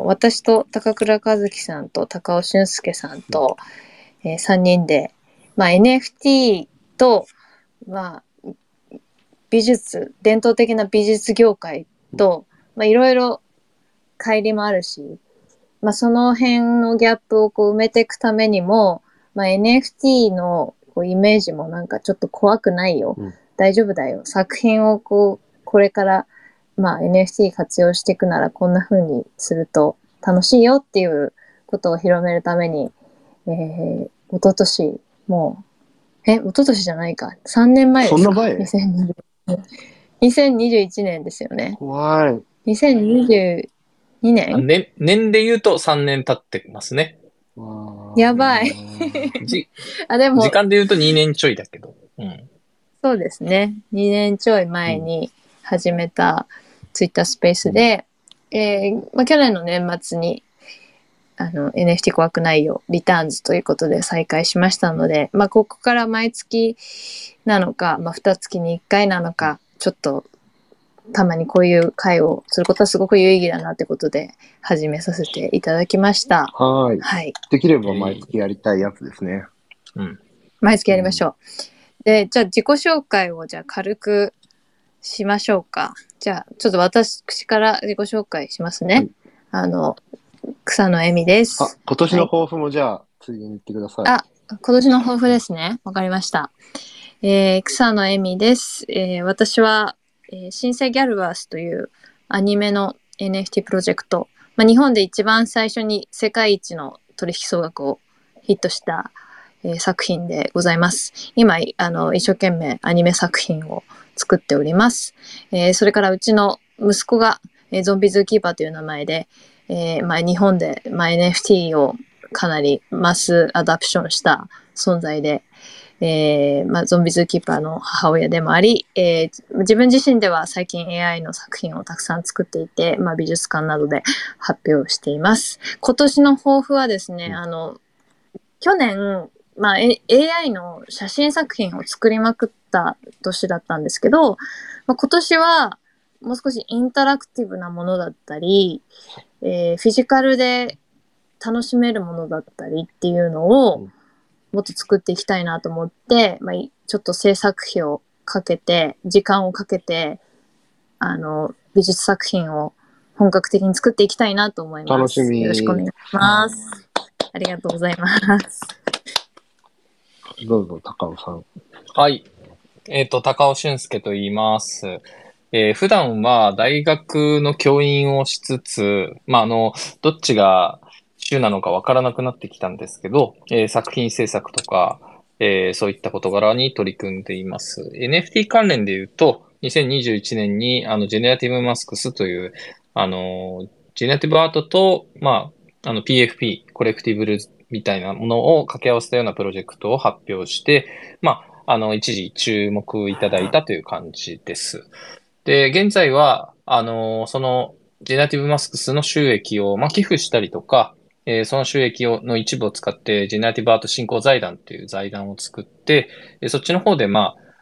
私と高倉和樹さんと高尾俊介さんと、3人で、NFT と、伝統的な美術業界と、いろいろ乖離もあるし、その辺のギャップを埋めていくためにも、NFT のイメージもなんかちょっと怖くないよ。大丈夫だよ。作品をこれから、NFT 活用していくならこんな風にすると楽しいよっていうことを広めるために、一昨年一昨年じゃないか。3年前ですか。 そんな前 2021年ですよね。 怖い。 2022年年で言うと3年経ってますね。 やばい。でも時間で言うと2年ちょいだけど。 そうですね。2年ちょい前に始めたツイッタースペースで、去年の年末にNFT 怖くないよリターンズということで再開しましたので、ここから毎月なのか、2月に1回なのか、ちょっとたまにこういう会をすることはすごく有意義だなってことで始めさせていただきました。 はい。できれば毎月やりたいやつですね。 毎月やりましょう。で、じゃあ自己紹介を軽くしましょうか。じゃあちょっと私から自己紹介しますね。草野恵美です。 今年の抱負もじゃあついでに言ってください。 今年の抱負ですね。わかりました。草野恵美です。私は、シンセギャルバースというアニメの NFT プロジェクト、日本で一番最初に世界一の取引総額をヒットした、作品でございます。今一生懸命アニメ作品を作っております。それからうちの息子が、ゾンビズーキーパーという名前で、日本で、NFT をかなりマスアダプションした存在で、ゾンビズーキーパーの母親でもあり、自分自身では最近 AI の作品をたくさん作っていて、美術館などで発表しています。今年の抱負はですね、去年、AI の写真作品を作りまくった年だったんですけど、今年はもう少しインタラクティブなものだったり、フィジカルで楽しめるものだったりっていうのをもっと作っていきたいなと思って、ちょっと制作費をかけて、時間をかけて、美術作品を本格的に作っていきたいなと思います。 楽しみ。 よろしくお願いします。ありがとうございます。 どうぞ、高尾さん。 はい。高尾俊介と言います。普段は大学の教員をしつつ、どっちが主なのかわからなくなってきたんですけど、作品制作とか、そういった事柄に取り組んでいます。NFT 関連で言うと、2021年に、ジェネラティブマスクスという、ジェネラティブアートと、PFP、コレクティブルみたいなものを掛け合わせたようなプロジェクトを発表して、一時注目いただいたという感じです。で、現在は、その、ジェネラティブマスクスの収益を、寄付したりとか、その収益の一部を使って、ジェネラティブアート振興財団っていう財団を作って、そっちの方で、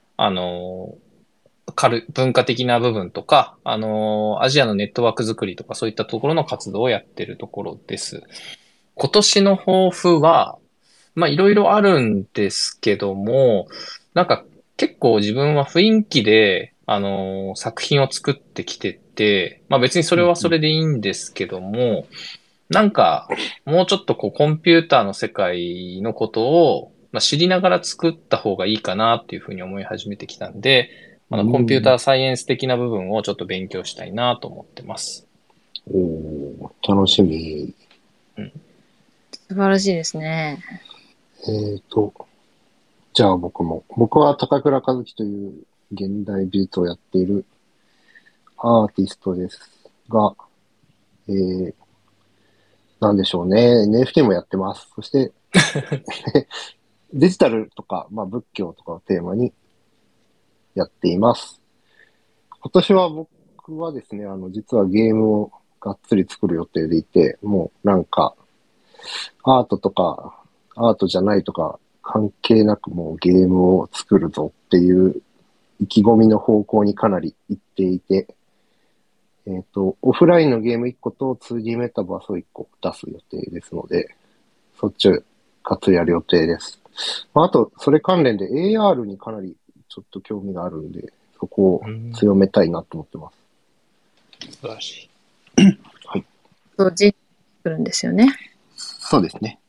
文化的な部分とか、アジアのネットワーク作りとか、そういったところの活動をやっているところです。今年の抱負は、いろいろあるんですけども、結構自分は雰囲気で、作品を作ってきてて、別にそれはそれでいいんですけども、もうちょっとコンピューターの世界のことを、知りながら作った方がいいかなっていうふうに思い始めてきたんで、コンピューターサイエンス的な部分をちょっと勉強したいなと思ってます。 楽しみ。 素晴らしいですね。 じゃあ僕は高倉和樹という現代美術をやっているアーティストですが、なんでしょうね。NFT もやってます。そして、デジタルとか、仏教とかをテーマにやっています。今年は僕はですね、実はゲームをがっつり作る予定でいて、もうアートとか、アートじゃないとか、関係なくもうゲームを作るぞっていう意気込みの方向にかなり行っていて、 オフラインのゲーム1個と 2D メタバースを1個出す予定ですので、そっちを活やる予定です。あと、それ関連で AR にかなりちょっと興味があるんで、そこを強めたいなと思ってます。 素晴らしい。 はい。 そう、来るんですよね。 そうですね。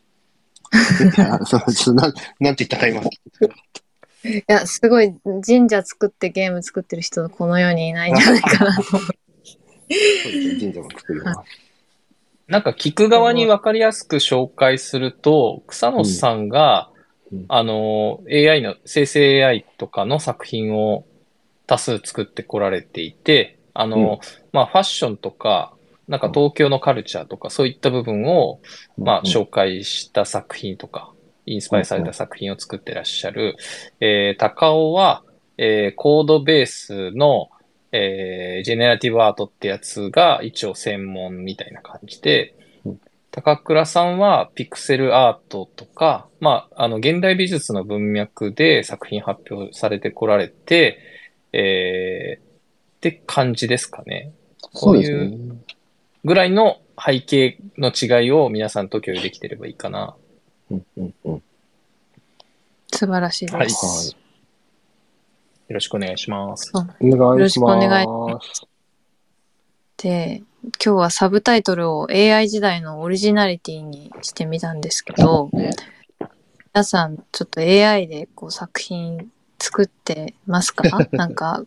なんて言ったか今。 いや、すごい神社作ってゲーム作ってる人この世にいないんじゃないかなと思う。 そうですね、神社も作ります。 なんか聞く側に分かりやすく紹介すると、草野さんが、AI の、生成 AI とかの作品を多数作ってこられていて、ファッションとか、なんか東京のカルチャーとか、そういった部分を、紹介した作品とか、インスパイアされた作品を作ってらっしゃる。高尾は、コードベースの、ジェネラティブアートってやつが一応専門みたいな感じで、高倉さんはピクセルアートとか、現代美術の文脈で作品発表されてこられて、って感じですかね。こういうぐらいの背景の違いを皆さんと共有できてればいいかな。 素晴らしいです。 よろしくお願いします。 お願いします。 よろしくお願いします。で、今日はサブタイトルを AI 時代のオリジナリティにしてみたんですけど、皆さんちょっと AI でこう作品作ってますか？なんか、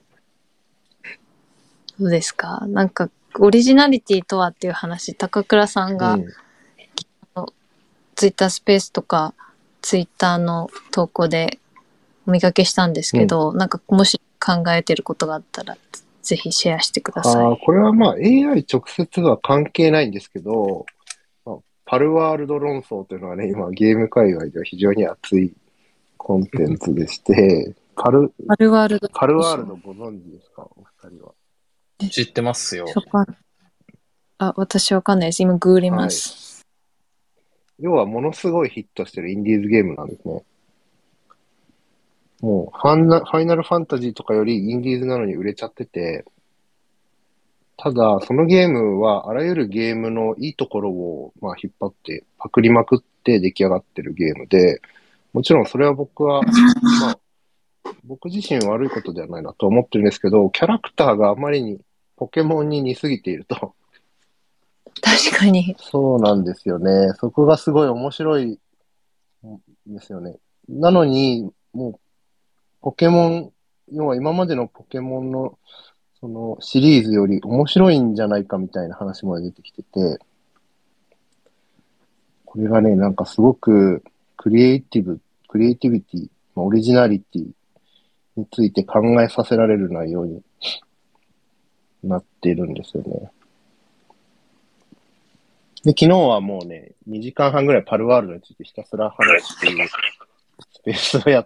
どうですか？なんか、オリジナリティとはっていう話、高倉さんが、ツイッタースペースとか、ツイッターの投稿でお見かけしたんですけど、なんかもし考えてることがあったら、ぜひシェアしてください。 これはAI 直接は関係ないんですけど、パルワールド論争というのはね、今ゲーム界隈では非常に熱いコンテンツでして、パルワールドご存知ですか、お二人は。 知ってますよ。 私わかんないです。今グーります。 要はものすごいヒットしてるインディーズゲームなんですね。もうファイナルファンタジーとかよりインディーズなのに売れちゃってて、ただ、そのゲームはあらゆるゲームのいいところを引っ張ってパクりまくって出来上がってるゲームで、もちろんそれは僕は、僕自身悪いことではないなと思ってるんですけど、キャラクターがあまりにポケモンに似すぎていると。 確かに。 そうなんですよね。そこがすごい面白いですよね。なのに、もう、ポケモン、要は今までのポケモンのそのシリーズより面白いんじゃないかみたいな話も出てきてて、これがね、なんかすごくクリエイティビティ、オリジナリティについて考えさせられる内容になっているんですよね。で、昨日はもうね、2時間半ぐらいパルワールドについてひたすら話しているスペースをやって、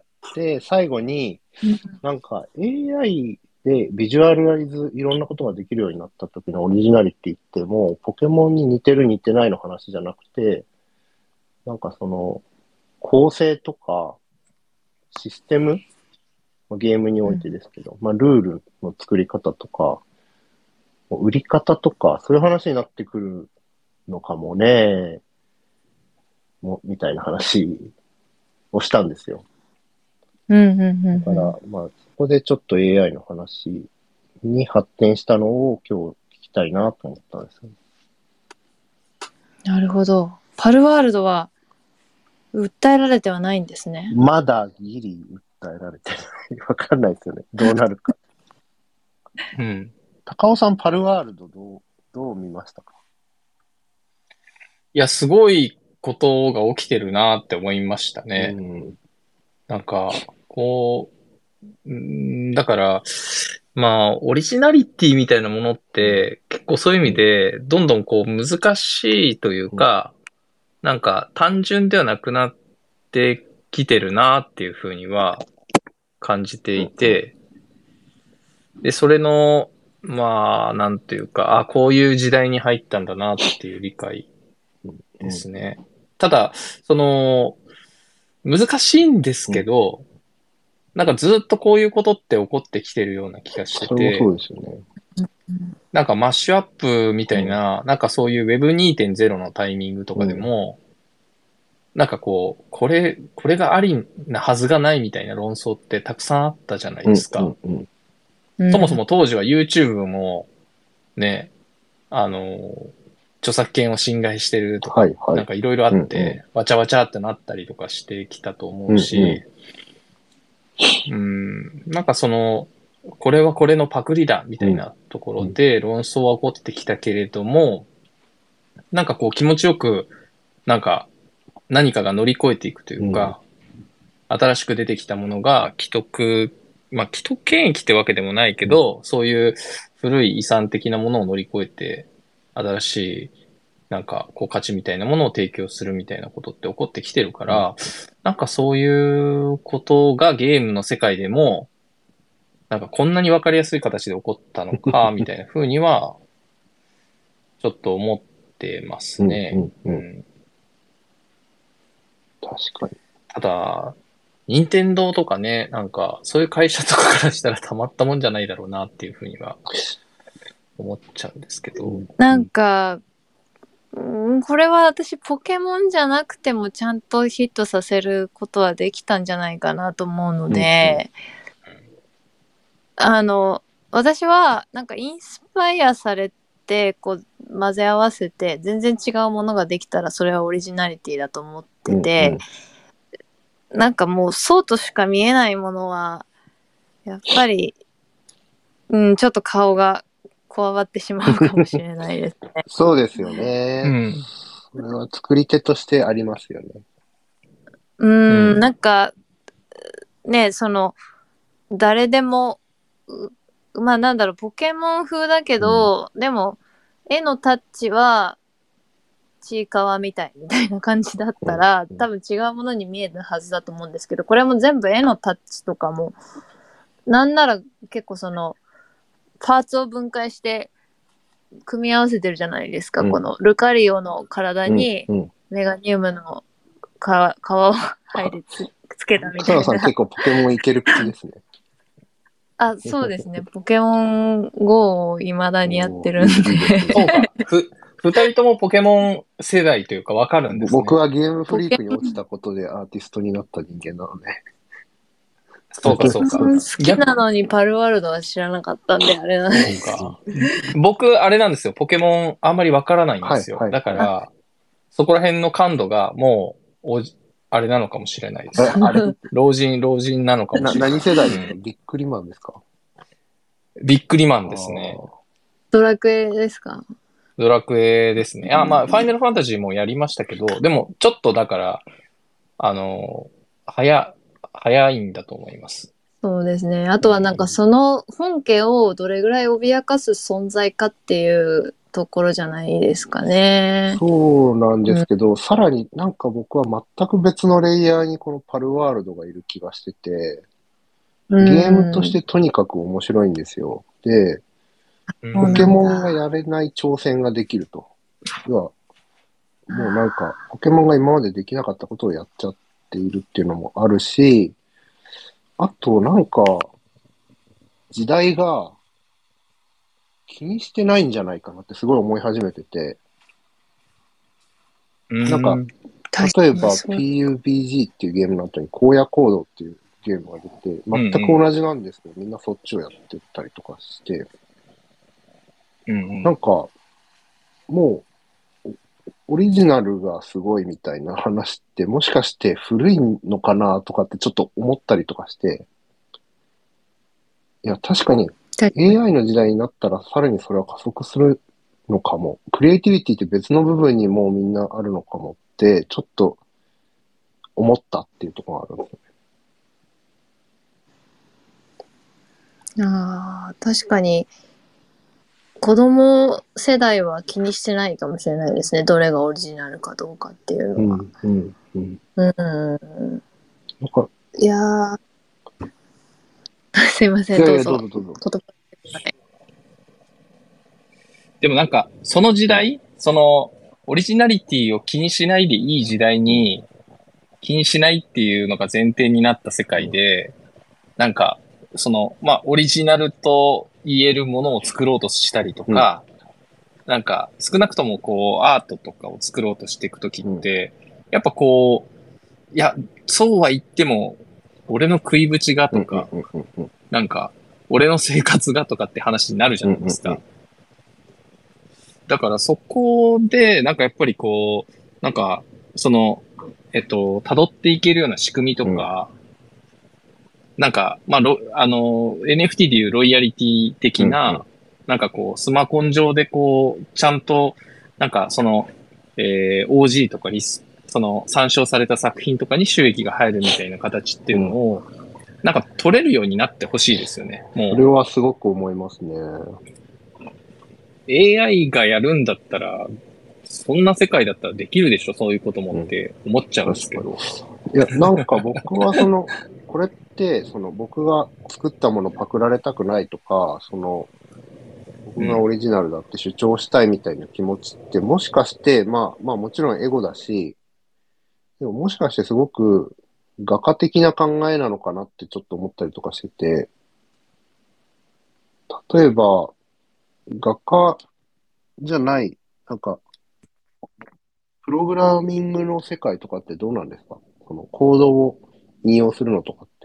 最後に、なんか AI でビジュアライズいろんなことができるようになった時のオリジナリティってもうポケモンに似てる似てないの話じゃなくて、なんかその構成とかシステム、ゲームにおいてですけど、ルールの作り方とか、売り方とか、そういう話になってくるのかもね、みたいな話をしたんですよ。だから、そこでちょっと AI の話に発展したのを今日聞きたいなと思ったんですよね。 なるほど。パルワールドは訴えられてはないんですね。 まだギリ訴えられてない。わかんないですよね。どうなるか。高尾さん、パルワールドどう見ましたか？ いや、すごいことが起きてるなって思いましたね。なんか、だから、オリジナリティみたいなものって、結構そういう意味で、どんどん難しいというか、なんか単純ではなくなってきてるなっていうふうには感じていて、で、それの、なんていうか、こういう時代に入ったんだなっていう理解ですね。ただ、難しいんですけど、なんかずっとこういうことって起こってきてるような気がしてて、 そうですよね。 なんかマッシュアップみたいな、なんかそういう Web2.0 のタイミングとかでも、なんかこう、これがありなはずがないみたいな論争ってたくさんあったじゃないですか。そもそも当時は YouTube もね、著作権を侵害してるとか、なんかいろいろあって、わちゃわちゃってなったりとかしてきたと思うし、なんかその、これはこれのパクリだみたいなところで論争は起こってきたけれども、なんかこう気持ちよく、なんか何かが乗り越えていくというか、新しく出てきたものが既得権益ってわけでもないけど、そういう古い遺産的なものを乗り越えて、新しい、なんか、こう価値みたいなものを提供するみたいなことって起こってきてるから、なんかそういうことがゲームの世界でも、なんかこんなにわかりやすい形で起こったのか、みたいな風には、ちょっと思ってますね。 確かに。 ただ、任天堂とかね、なんか、そういう会社とかからしたらたまったもんじゃないだろうなっていうふうには思っちゃうんですけど。 なんか、これは私ポケモンじゃなくてもちゃんとヒットさせることはできたんじゃないかなと思うので、私はなんかインスパイアされてこう混ぜ合わせて全然違うものができたらそれはオリジナリティだと思ってて、なんかもうそうとしか見えないものはやっぱり、ちょっと顔がこわばってしまうかもしれないですね。 そうですよね。それは作り手としてありますよね。 なんかね、その誰でもまあなんだろう、ポケモン風だけど、でも絵のタッチはちいかわみたいな感じだったら、多分違うものに見えるはずだと思うんですけど、これも全部絵のタッチとかも、なんなら結構そのパーツを分解して組み合わせてるじゃないですか。このルカリオの体にメガニウムの皮を入れつけたみたいな。 さん結構ポケモンいける口ですね。 あ、そうですね。ポケモン GO を未だにやってるんで。 そうか。二人ともポケモン世代というか分かるんですね。 僕はゲームフリークに落ちたことでアーティストになった人間なので。 そうか、そうか。 好きなのにパルワールドは知らなかったんで、あれなんですか。僕、あれなんですよ。ポケモンあんまり分からないんですよ。だから、そこら辺の感度がもう、あれなのかもしれないです。老人なのかもしれない。 何世代ですか？ビックリマンですか？ ビックリマンですね。 ドラクエですか？ ドラクエですね。まあ、ファイナルファンタジーもやりましたけど、でも、ちょっとだから、早いんだと思います。 そうですね。あとはなんかその本家をどれぐらい脅かす存在かっていうところじゃないですかね。 そうなんですけど、さらになんか僕は全く別のレイヤーにこのパルワールドがいる気がしてて、ゲームとしてとにかく面白いんですよ。で、ポケモンがやれない挑戦ができると。要は、もうなんか、ポケモンが今までできなかったことをやっちゃっているっていうのもあるし、あとなんか、時代が気にしてないんじゃないかなってすごい思い始めてて、なんか、例えば PUBG っていうゲームの後に荒野行動っていうゲームが出て、全く同じなんですけど、みんなそっちをやってたりとかして、なんか、もう、オリジナルがすごいみたいな話って、もしかして古いのかなとかってちょっと思ったりとかして、いや、確かに AI の時代になったらさらにそれは加速するのかも。クリエイティビティって別の部分にもうみんなあるのかもって、ちょっと思ったっていうところがあるんですよね。確かに、子供世代は気にしてないかもしれないですね。どれがオリジナルかどうかっていうのは。いやー。すいません、どうぞ。 でもなんか、その時代、オリジナリティを気にしないでいい時代に、気にしないっていうのが前提になった世界で、なんか、まあ、オリジナルと言えるものを作ろうとしたりとか、なんか少なくともこうアートとかを作ろうとしていくときって、やっぱこう、いや、そうは言っても、俺の食いぶちがとか、なんか、俺の生活がとかって話になるじゃないですか。だからそこで、なんかやっぱりこう、なんか、その、辿っていけるような仕組みとか、なんか、まあ、NFT でいうロイヤリティ的な、なんかこう、スマコン上でこう、ちゃんと、なんかその、OG とかその参照された作品とかに収益が入るみたいな形っていうのを、なんか取れるようになってほしいですよね。もう。 それはすごく思いますね。 AI がやるんだったら、そんな世界だったらできるでしょ、そういうこともって思っちゃうんですけど。 いや、なんか僕はこれって、僕が作ったものパクられたくないとか、僕がオリジナルだって主張したいみたいな気持ちって、もしかして、まあもちろんエゴだし、でももしかしてすごく画家的な考えなのかなってちょっと思ったりとかしてて、例えば、画家じゃない、なんか、プログラミングの世界とかってどうなんですか？このコードを引用するのとかって。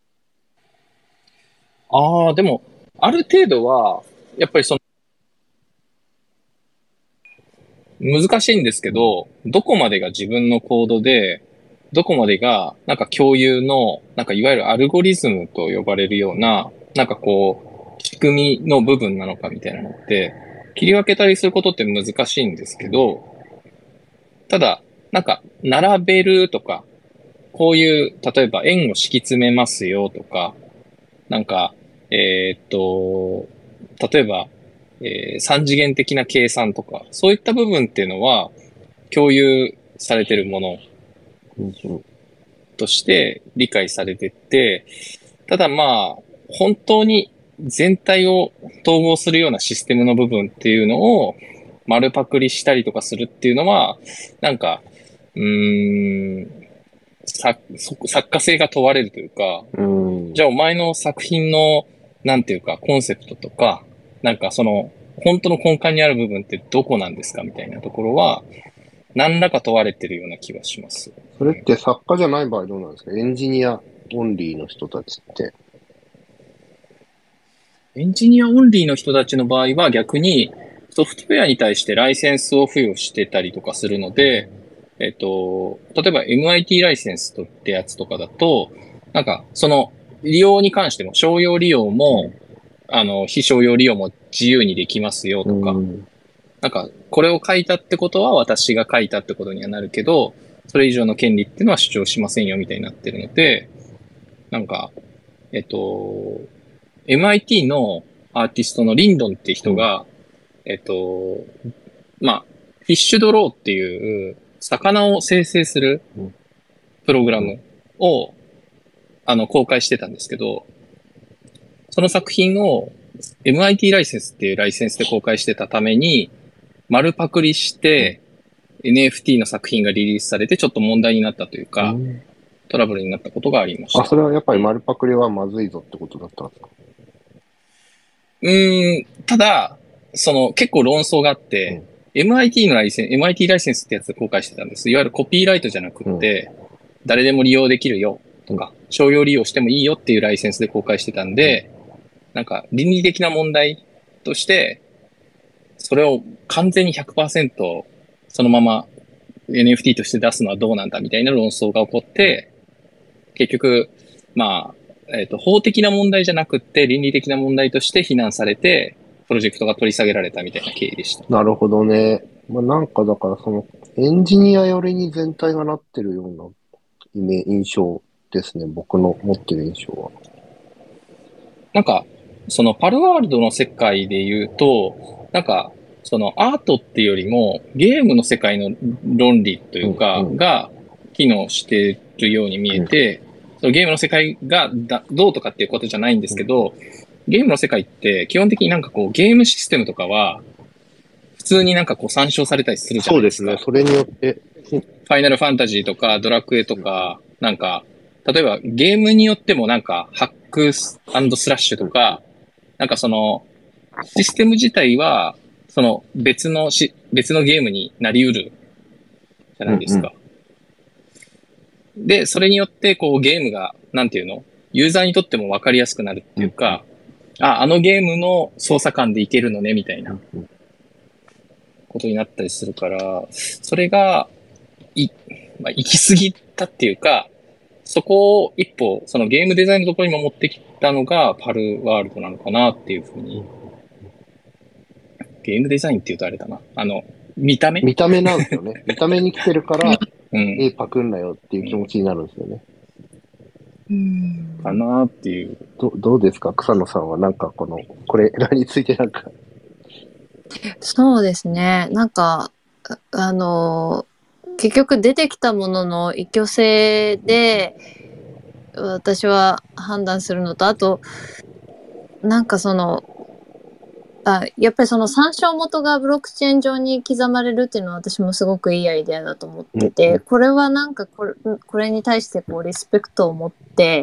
ああ、でも、ある程度は、やっぱりその、難しいんですけど、どこまでが自分のコードで、どこまでが、なんか共有の、なんかいわゆるアルゴリズムと呼ばれるような、なんかこう、仕組みの部分なのかみたいなのって、切り分けたりすることって難しいんですけど、ただ、なんか、並べるとか、こういう、例えば円を敷き詰めますよとか、なんか、例えば、三次元的な計算とか、そういった部分っていうのは共有されてるものとして理解されてって、ただまあ、本当に全体を統合するようなシステムの部分っていうのを丸パクリしたりとかするっていうのは、なんか、作家性が問われるというか、じゃあお前の作品の、なんていうか、コンセプトとか、なんかその、本当の根幹にある部分ってどこなんですかみたいなところは、何らか問われてるような気がします。 それって作家じゃない場合どうなんですか？エンジニアオンリーの人たちって。 エンジニアオンリーの人たちの場合は逆にソフトウェアに対してライセンスを付与してたりとかするので、例えば MIT ライセンスってやつとかだと、なんかその利用に関しても商用利用も、非商用利用も自由にできますよとか、なんかこれを書いたってことは私が書いたってことにはなるけど、それ以上の権利っていうのは主張しませんよみたいになってるので、なんか、MIT のアーティストのリンドンって人が、まあ、フィッシュドローっていう魚を生成するプログラムを、公開してたんですけど、その作品を MIT ライセンスっていうライセンスで公開してたために、丸パクリして NFT の作品がリリースされてちょっと問題になったというか、トラブルになったことがありました。 それはやっぱり丸パクリはまずいぞってことだったんですか？ ただ、結構論争があって、MIT ライセンスってやつで公開してたんです。いわゆるコピーライトじゃなくって、誰でも利用できるよとか、商用利用してもいいよっていうライセンスで公開してたんで、なんか倫理的な問題として、それを完全に 100% そのまま NFT として出すのはどうなんだみたいな論争が起こって、結局、まあ、法的な問題じゃなくって倫理的な問題として非難されて、プロジェクトが取り下げられたみたいな経緯でした。 なるほどね。なんかだからエンジニア寄りに全体がなってるような印象ですね。僕の持ってる印象は。 なんか、パルワールドの世界で言うと、なんか、アートっていうよりもゲームの世界の論理というか、が機能してるように見えて、そのゲームの世界がどうとかっていうことじゃないんですけど、ゲームの世界って基本的になんかこうゲームシステムとかは普通になんかこう参照されたりするじゃないですか。 そうですね。それによって。 ファイナルファンタジーとかドラクエとか、例えばゲームによってもなんかハック&スラッシュとか、 なんかその、システム自体は、その別のゲームになり得るじゃないですか。で、それによってこうゲームが、なんていうのユーザーにとっても分かりやすくなるっていうか、あのゲームの操作感でいけるのね、みたいなことになったりするから、それが、行き過ぎたっていうか、そこを一歩、そのゲームデザインのところにも持ってきたのがパルワールドなのかなっていうふうに。ゲームデザインって言うとあれだな。見た目なんですよね。見た目に来てるから、パクんなよっていう気持ちになるんですよね。 かなっていう。 どうですか草野さんはなんかこれらについてなんか。 そうですね。なんか、結局出てきたものの異居性で、私は判断するのと、あと、なんかやっぱりその参照元がブロックチェーン上に刻まれるっていうのは私もすごくいいアイデアだと思ってて、これはなんかこれに対してリスペクトを持って、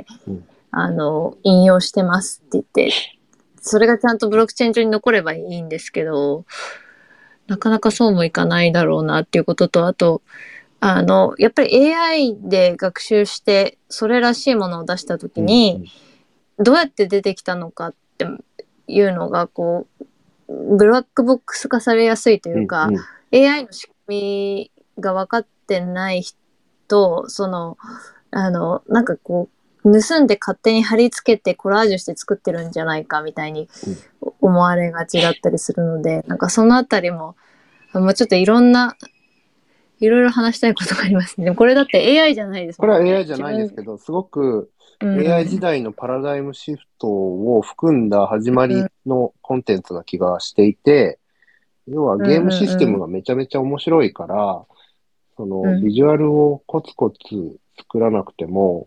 引用してますって言って、それがちゃんとブロックチェーン上に残ればいいんですけど、なかなかそうもいかないだろうなっていうことと、あと、やっぱり AI で学習して、それらしいものを出したときに、どうやって出てきたのかっていうのが、ブラックボックス化されやすいというか、AI の仕組みが分かってない人、なんか盗んで勝手に貼り付けてコラージュして作ってるんじゃないかみたいに思われがちだったりするので、なんかそのあたりも、ちょっといろいろ話したいことがありますね。でもこれだって AI じゃないですもんね。これは AI じゃないですけど、すごく AI 時代のパラダイムシフトを含んだ始まりのコンテンツな気がしていて、要はゲームシステムがめちゃめちゃ面白いから、ビジュアルをコツコツ作らなくても、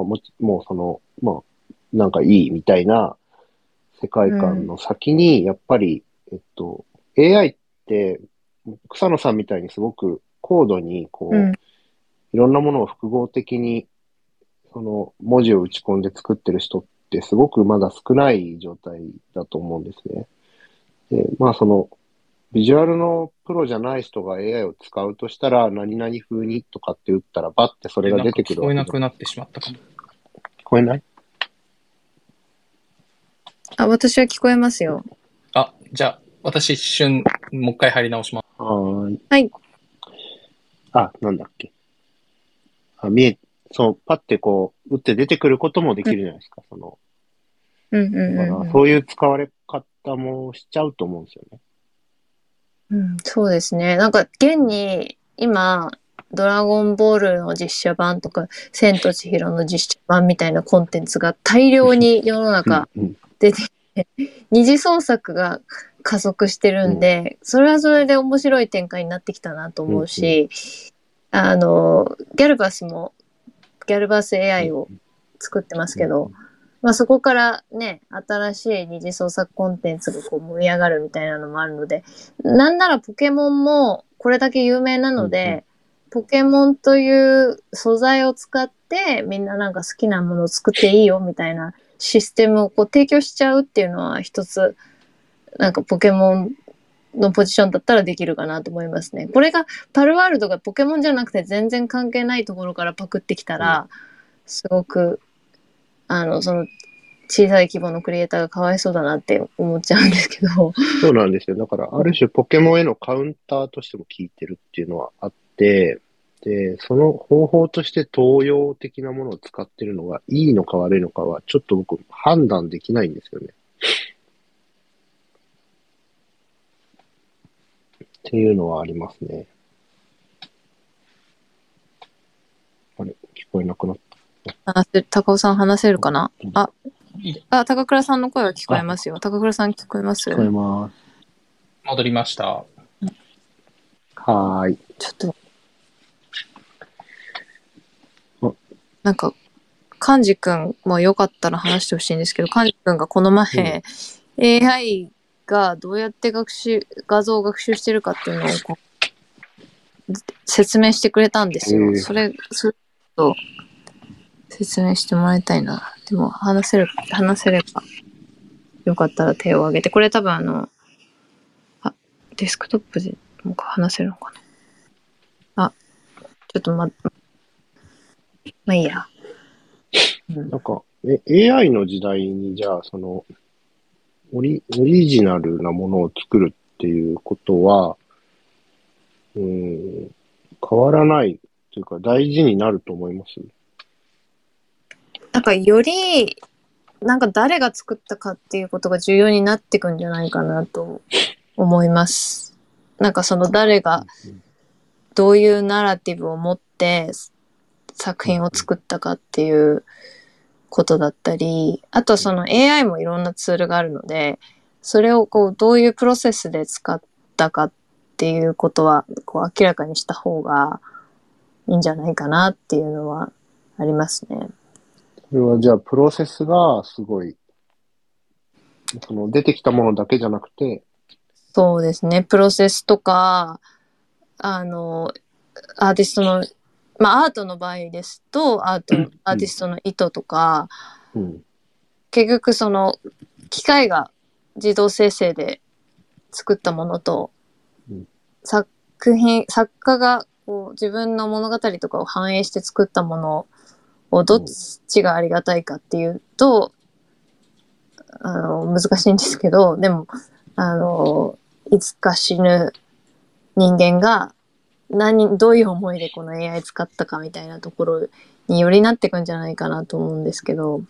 なんかいいみたいな世界観の先に、やっぱり、AI って、草野さんみたいにすごく高度に、いろんなものを複合的に、文字を打ち込んで作ってる人ってすごくまだ少ない状態だと思うんですね。で、ビジュアルのプロじゃない人が AI を使うとしたら、何々風にとかって打ったら、バッてそれが出てくるわけ。 聞こえなくなってしまったかも。 聞こえない？ 私は聞こえますよ。 じゃあ、私一瞬、もう一回入り直します。 はい。 なんだっけ。パッて打って出てくることもできるじゃないですか。だからそういう使われ方もしちゃうと思うんですよね。 そうですね。なんか、現に、今、ドラゴンボールの実写版とか、千と千尋の実写版みたいなコンテンツが大量に世の中出てきて、二次創作が加速してるんで、それはそれで面白い展開になってきたなと思うし、ギャルバス AI を作ってますけど、そこからね、新しい二次創作コンテンツが盛り上がるみたいなのもあるので、なんならポケモンもこれだけ有名なので、ポケモンという素材を使ってみんななんか好きなものを作っていいよみたいなシステムを提供しちゃうっていうのは一つ、なんかポケモンのポジションだったらできるかなと思いますね。これがパルワールドがポケモンじゃなくて全然関係ないところからパクってきたら、すごくその小さい規模のクリエイターがかわいそうだなって思っちゃうんですけど。 そうなんですよ。だから、ある種ポケモンへのカウンターとしても効いてるっていうのはあって、で、その方法として東洋的なものを使ってるのがいいのか悪いのかは、ちょっと僕判断できないんですよね。っていうのはありますね。あれ、聞こえなくなった。 高尾さん話せるかな？高倉さんの声は聞こえますよ。高倉さん聞こえます？ 聞こえます。 戻りました。 はーい。 ちょっと。なんか、幹事くんもよかったら話してほしいんですけど、幹事くんがこの前、AI がどうやって画像を学習してるかっていうのを説明してくれたんですよ。それと説明してもらいたいな。でも話せれば。 よかったら手を挙げて、これ多分デスクトップでもう話せるのかな。ちょっとまあいいや。 なんか、AI の時代に、じゃあ、オリジナルなものを作るっていうことは、変わらないというか、大事になると思います？ なんかより、なんか誰が作ったかっていうことが重要になってくんじゃないかなと思います。なんかその誰がどういうナラティブを持って作品を作ったかっていうことだったり、あとその AI もいろんなツールがあるので、それをこうどういうプロセスで使ったかっていうことはこう明らかにした方がいいんじゃないかなっていうのはありますね。 それはじゃあ、プロセスがすごい、出てきたものだけじゃなくて、 そうですね。プロセスとか、アーティストの、アートの場合ですと、アーティストの意図とか、結局その、機械が自動生成で作ったものと、作家がこう自分の物語とかを反映して作ったものをどっちがありがたいかっていうと、難しいんですけど、でも、いつか死ぬ人間がどういう思いでこの AI 使ったかみたいなところによりなってくんじゃないかなと思うんですけど。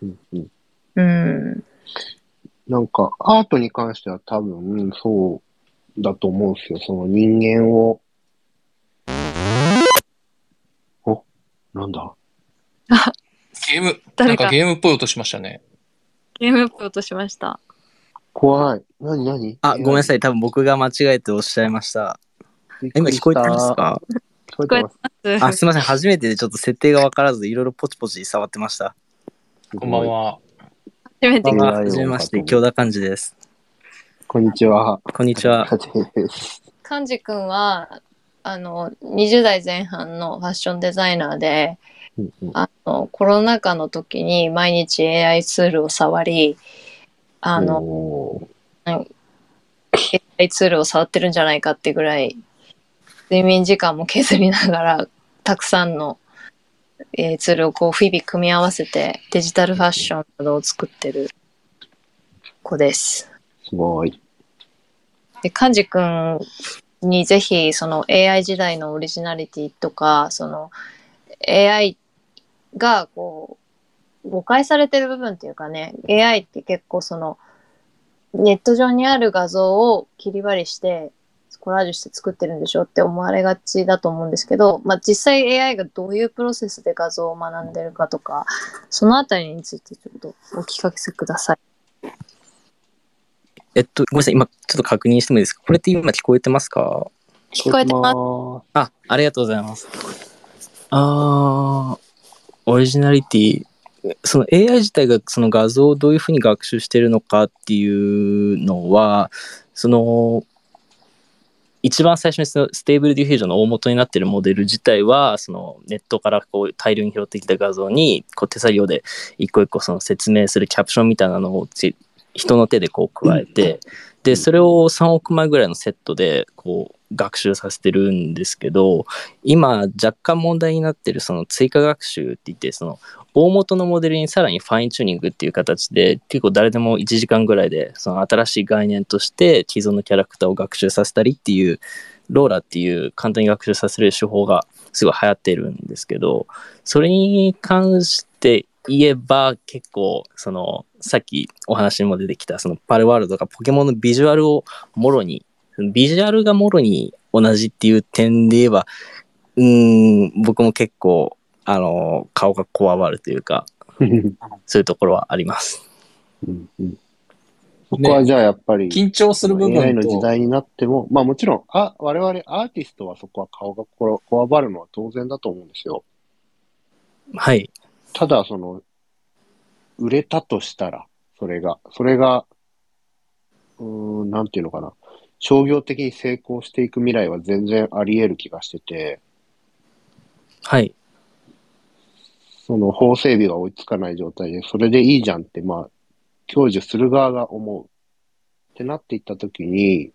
なんか、アートに関しては多分、そうだと思うんですよ。その人間を、なんだなんかゲームっぽい音しましたね。 ゲームっぽい音しました。 怖い。何ごめんなさい。多分僕が間違えておっしゃいました。今聞こえてますか？ 聞こえてます。 すいません。初めてでちょっと設定が分からず、いろいろポチポチ触ってました。 こんばんは。 初めて聞いた。 はじめまして、京田幹事です。 こんにちは。 こんにちは。 幹事くんは、20代前半のファッションデザイナーで、コロナ禍の時に毎日 AI ツールを触り、AI ツールを触ってるんじゃないかってぐらい、睡眠時間も削りながら、たくさんの、ツールをこう日々組み合わせて、デジタルファッションなどを作ってる子です。 すごい。 で、幹事くんにぜひ、その AI 時代のオリジナリティとか、その AI がこう、誤解されてる部分っていうかね、AI って結構その、ネット上にある画像を切り割りして、コラージュして作ってるんでしょって思われがちだと思うんですけど、実際 AI がどういうプロセスで画像を学んでるかとか、そのあたりについてちょっとお聞かせください。 ごめんなさい。今ちょっと確認してもいいですか？これって今聞こえてますか？ 聞こえてます。 ありがとうございます。オリジナリティ。その AI 自体がその画像をどういうふうに学習しているのかっていうのは、その一番最初にステーブルディフュージョンの大元になっているモデル自体は、そのネットからこう大量に拾ってきた画像にこう手作業で一個一個その説明するキャプションみたいなのを人の手でこう加えて、でそれを3億枚ぐらいのセットでこう学習させてるんですけど、今若干問題になってるその追加学習って言って、その大元のモデルにさらにファインチューニングっていう形で結構誰でも1時間ぐらいでその新しい概念として既存のキャラクターを学習させたりっていうローラっていう簡単に学習させる手法がすごい流行ってるんですけど、それに関して言えば結構そのさっきお話にも出てきたそのパルワールドとかポケモンのビジュアルをもろにビジュアルがもろに同じっていう点で言えば僕も結構顔がこわばるというかそういうところはあります。 そこはじゃあやっぱり、 緊張する部分と AI の時代になっても、もちろん我々アーティストはそこは顔がこわばるのは当然だと思うんですよ。 はい。 ただ売れたとしたら、それが、なんていうのかな。商業的に成功していく未来は全然あり得る気がしてて、 はい。 その法整備が追いつかない状態で、それでいいじゃんって、 享受する側が思うってなっていったときに、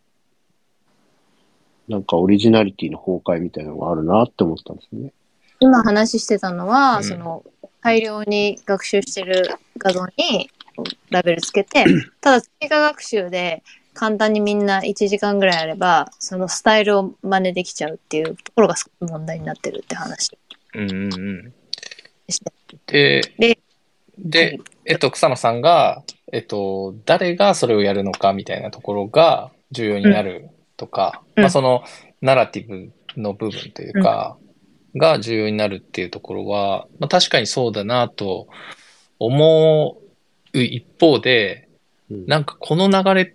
なんかオリジナリティの崩壊みたいなのがあるなって思ったんですね。 今話してたのは、 うんその大量に学習してる画像にラベルつけて、ただ追加学習で簡単にみんな1時間ぐらいあれば、そのスタイルを真似できちゃうっていうところがすごく問題になってるって話うんうんうん。 でした。 で、 はい草野さんが、誰がそれをやるのかみたいなところが重要になるとか、 うんまあそのナラティブの部分というか、が重要になるっていうところは、まあ確かにそうだなと思う一方で、 うんなんかこの流れって、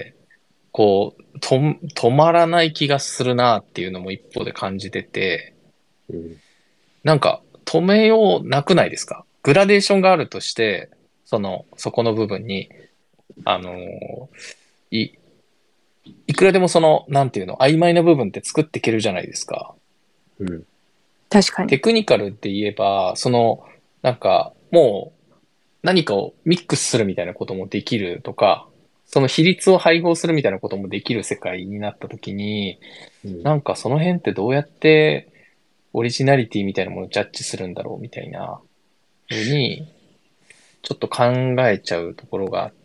こう、止まらない気がするなっていうのも一方で感じてて、 うんなんか止めようなくないですか？グラデーションがあるとして、そこの部分に、あのいくらでもなんていうの、曖昧な部分って作っていけるじゃないですか。 うん確かに。 テクニカルって言えば、なんか、もう、何かをミックスするみたいなこともできるとか、その比率を配合するみたいなこともできる世界になったときに、 うんなんかその辺ってどうやってオリジナリティみたいなものをジャッジするんだろうみたいなふうに、ちょっと考えちゃうところがあって、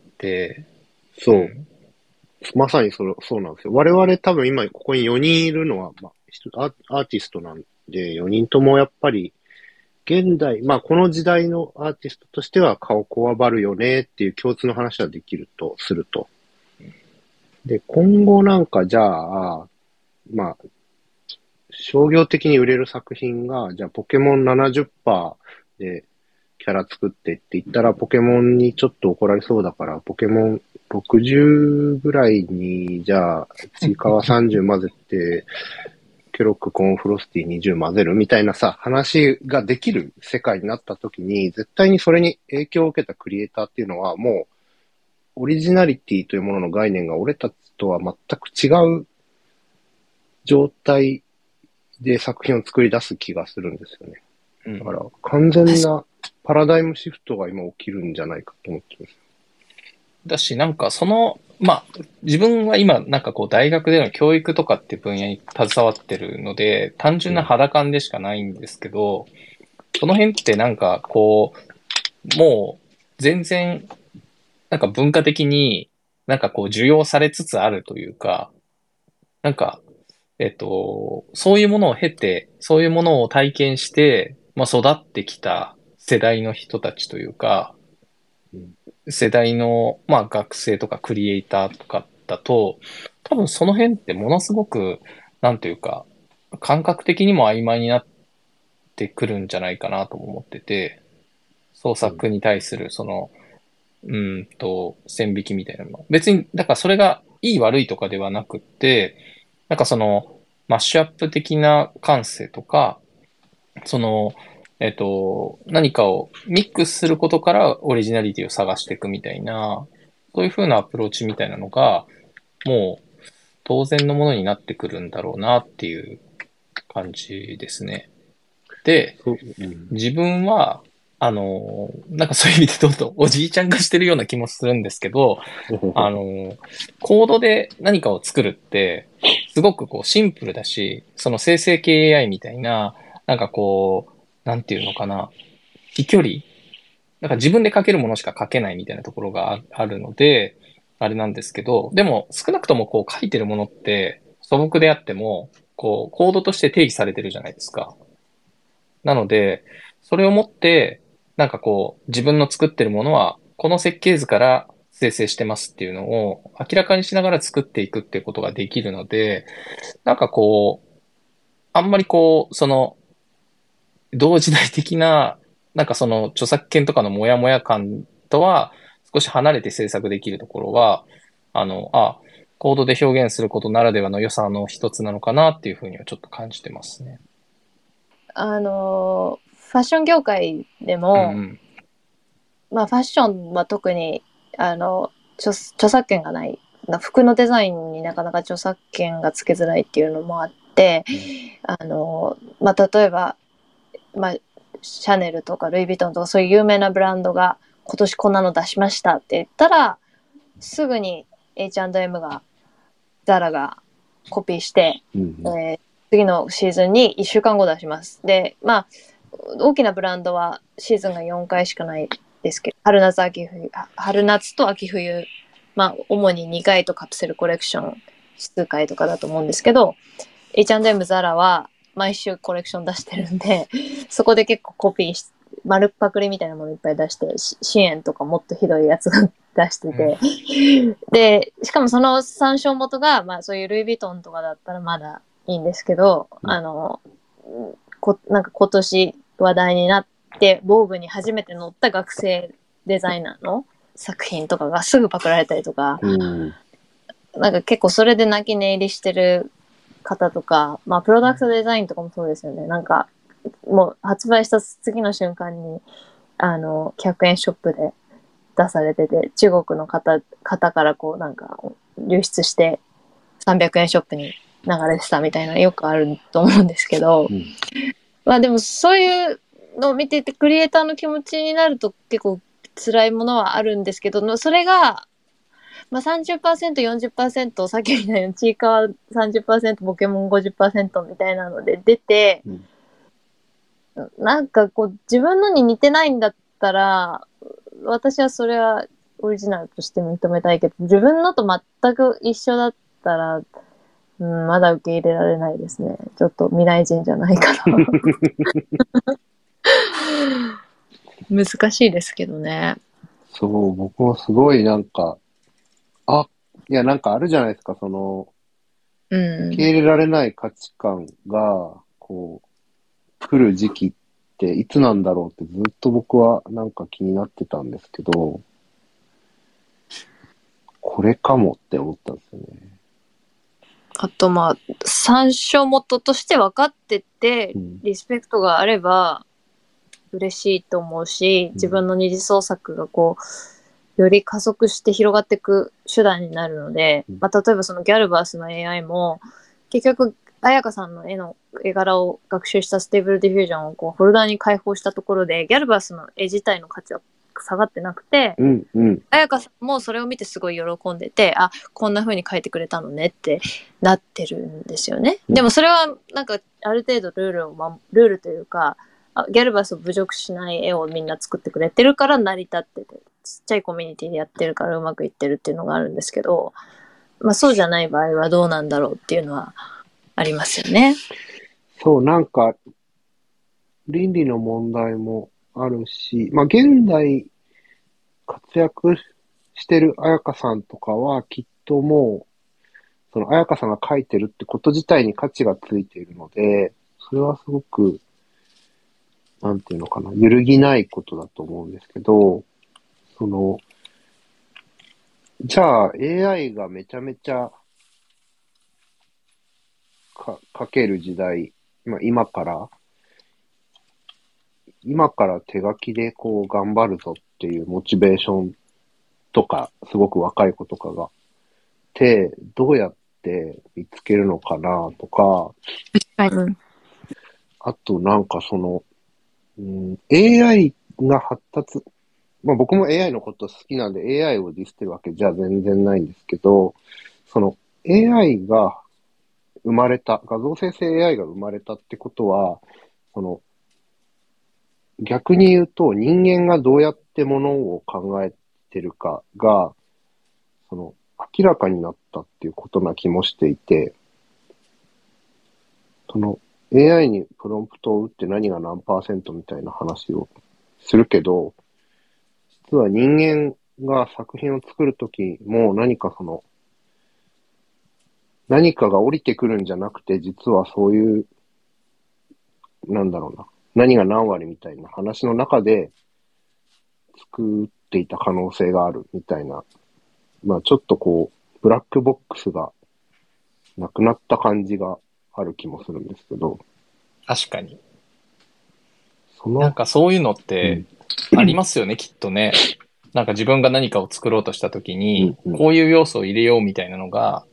そう。 んまさにそうなんですよ。我々多分今ここに4人いるのは、まあ、アーティストなんで、4人ともやっぱり、現代、まあこの時代のアーティストとしては顔こわばるよねっていう共通の話はできるとすると。で、今後なんかじゃあ、まあ、商業的に売れる作品が、じゃあポケモン70%でキャラ作ってって言ったら、ポケモンにちょっと怒られそうだから、ポケモン60ぐらいに、じゃあ、ちいかわ30混ぜて、ケロックコーンフロスティ20混ぜるみたいなさ、話ができる世界になった時に、絶対にそれに影響を受けたクリエイターっていうのは、もう、オリジナリティというものの概念が俺たちとは全く違う状態で作品を作り出す気がするんですよね。 うんだから、完全なパラダイムシフトが今起きるんじゃないかと思ってます。 だし、なんかまあ、自分は今、なんかこう、大学での教育とかっていう分野に携わってるので、単純な肌感でしかないんですけど、その辺ってなんかこう、もう、全然、なんか文化的になんかこう、受容されつつあるというか、なんか、そういうものを経て、そういうものを体験して、まあ、育ってきた世代の人たちというか、世代の、まあ、学生とかクリエイターとかだと、多分その辺ってものすごく、なんというか、感覚的にも曖昧になってくるんじゃないかなとも思ってて、創作に対する線引きみたいなの。別に、だからそれがいい悪いとかではなくって、なんかマッシュアップ的な感性とか、何かをミックスすることからオリジナリティを探していくみたいな、そういう風なアプローチみたいなのが、もう当然のものになってくるんだろうなっていう感じですね。で、自分は、なんかそういう意味でどんどんおじいちゃん化してるような気もするんですけど、コードで何かを作るって、すごくこうシンプルだし、その生成系 AI みたいな、なんかこう、なんていうのかな、飛距離なんか自分で書けるものしか書けないみたいなところがあるので、あれなんですけど、でも少なくともこう書いてるものって素朴であっても、こうコードとして定義されてるじゃないですか。なので、それをもって、なんかこう自分の作ってるものはこの設計図から生成してますっていうのを明らかにしながら作っていくっていうことができるので、なんかこう、あんまりこう、同時代的な、なんか著作権とかのモヤモヤ感とは少し離れて制作できるところは、コードで表現することならではの良さの一つなのかなっていうふうにはちょっと感じてますね。 ファッション業界でも、まあファッションは特に著作権がない、服のデザインになかなか著作権がつけづらいっていうのもあって、まあ例えば、まあシャネルとかルイ・ヴィトンとかそういう有名なブランドが今年こんなの出しましたって言ったら、すぐに H&M が、ザラがコピーして、次のシーズンに1週間後出します。で、まあ、大きなブランドはシーズンが4回しかないですけど、春夏と秋冬、まあ、主に2回とカプセルコレクション数回とかだと思うんですけど、H&M ザラは毎週コレクション出してるんで、そこで結構コピー丸っパクリみたいなものいっぱい出して、支援とかもっとひどいやつが出してて、で、しかもその参照元が、まあそういうルイ・ヴィトンとかだったらまだいいんですけど、なんか今年話題になって、防具に初めて載った学生デザイナーの作品とかがすぐパクられたりとか、なんか結構それで泣き寝入りしてる方とか、まあプロダクトデザインとかもそうですよね。なんかもう発売した次の瞬間に100円ショップで出されてて、中国の方からこうなんか流出して300円ショップに流れてたみたいなよくあると思うんですけど、まあでもそういうのを見ててクリエイターの気持ちになると結構辛いものはあるんですけど、それがまあ 30%、40% さっきみたいにチーカー 30%、ポケモン 50% みたいなので出て、なんかこう自分のに似てないんだったら、私はそれはオリジナルとして認めたいけど、自分のと全く一緒だったら、まだ受け入れられないですね。ちょっと未来人じゃないかな。難しいですけどね。 そう、僕もすごいなんか、いやなんかあるじゃないですか、その、受け入れられない価値観が、こう、来る時期っていつなんだろうってずっと僕はなんか気になってたんですけど、これかもって思ったんですよね。 あとまあ、参照元として分かってて、リスペクトがあれば嬉しいと思うし、自分の二次創作がこう、より加速して広がっていく手段になるので、まあ、例えばそのギャルバースの AI も、結局、彩香さんの絵柄を学習したステーブルディフュージョンをこうフォルダーに開放したところで、ギャルバースの絵自体の価値は下がってなくて、彩香さんもそれを見てすごい喜んでて、こんな風に描いてくれたのねってなってるんですよね。でもそれはなんかある程度ルールというか、ギャルバスを侮辱しない絵をみんな作ってくれてるから成り立ってて、ちっちゃいコミュニティでやってるからうまくいってるっていうのがあるんですけど、まあそうじゃない場合はどうなんだろうっていうのはありますよね。 そう、なんか、倫理の問題もあるし、まあ現代活躍してる彩香さんとかはきっともう、その彩香さんが描いてるってこと自体に価値がついているので、それはすごく、なんていうのかな、揺るぎないことだと思うんですけど、その、じゃあ AI がめちゃめちゃ描ける時代、まあ今から手書きでこう頑張るぞっていうモチベーションとか、すごく若い子とかが、どうやって見つけるのかなとか、あとなんかその、AI が発達、まあ僕も AI のこと好きなんで AI をディスってるわけじゃ全然ないんですけど、その AI が生まれた、画像生成 AI が生まれたってことは、その逆に言うと人間がどうやってものを考えてるかが、その明らかになったっていうことな気もしていて、その AI にプロンプトを打って何が何%みたいな話をするけど、実は人間が作品を作るときも何かが降りてくるんじゃなくて、実はそういう、なんだろうな、何が何割みたいな話の中で作っていた可能性があるみたいな、まあちょっとこう、ブラックボックスがなくなった感じがある気もするんですけど。 確かに。なんかそういうのってありますよね、きっとね。なんか自分が何かを作ろうとしたときに、こういう要素を入れようみたいなのが、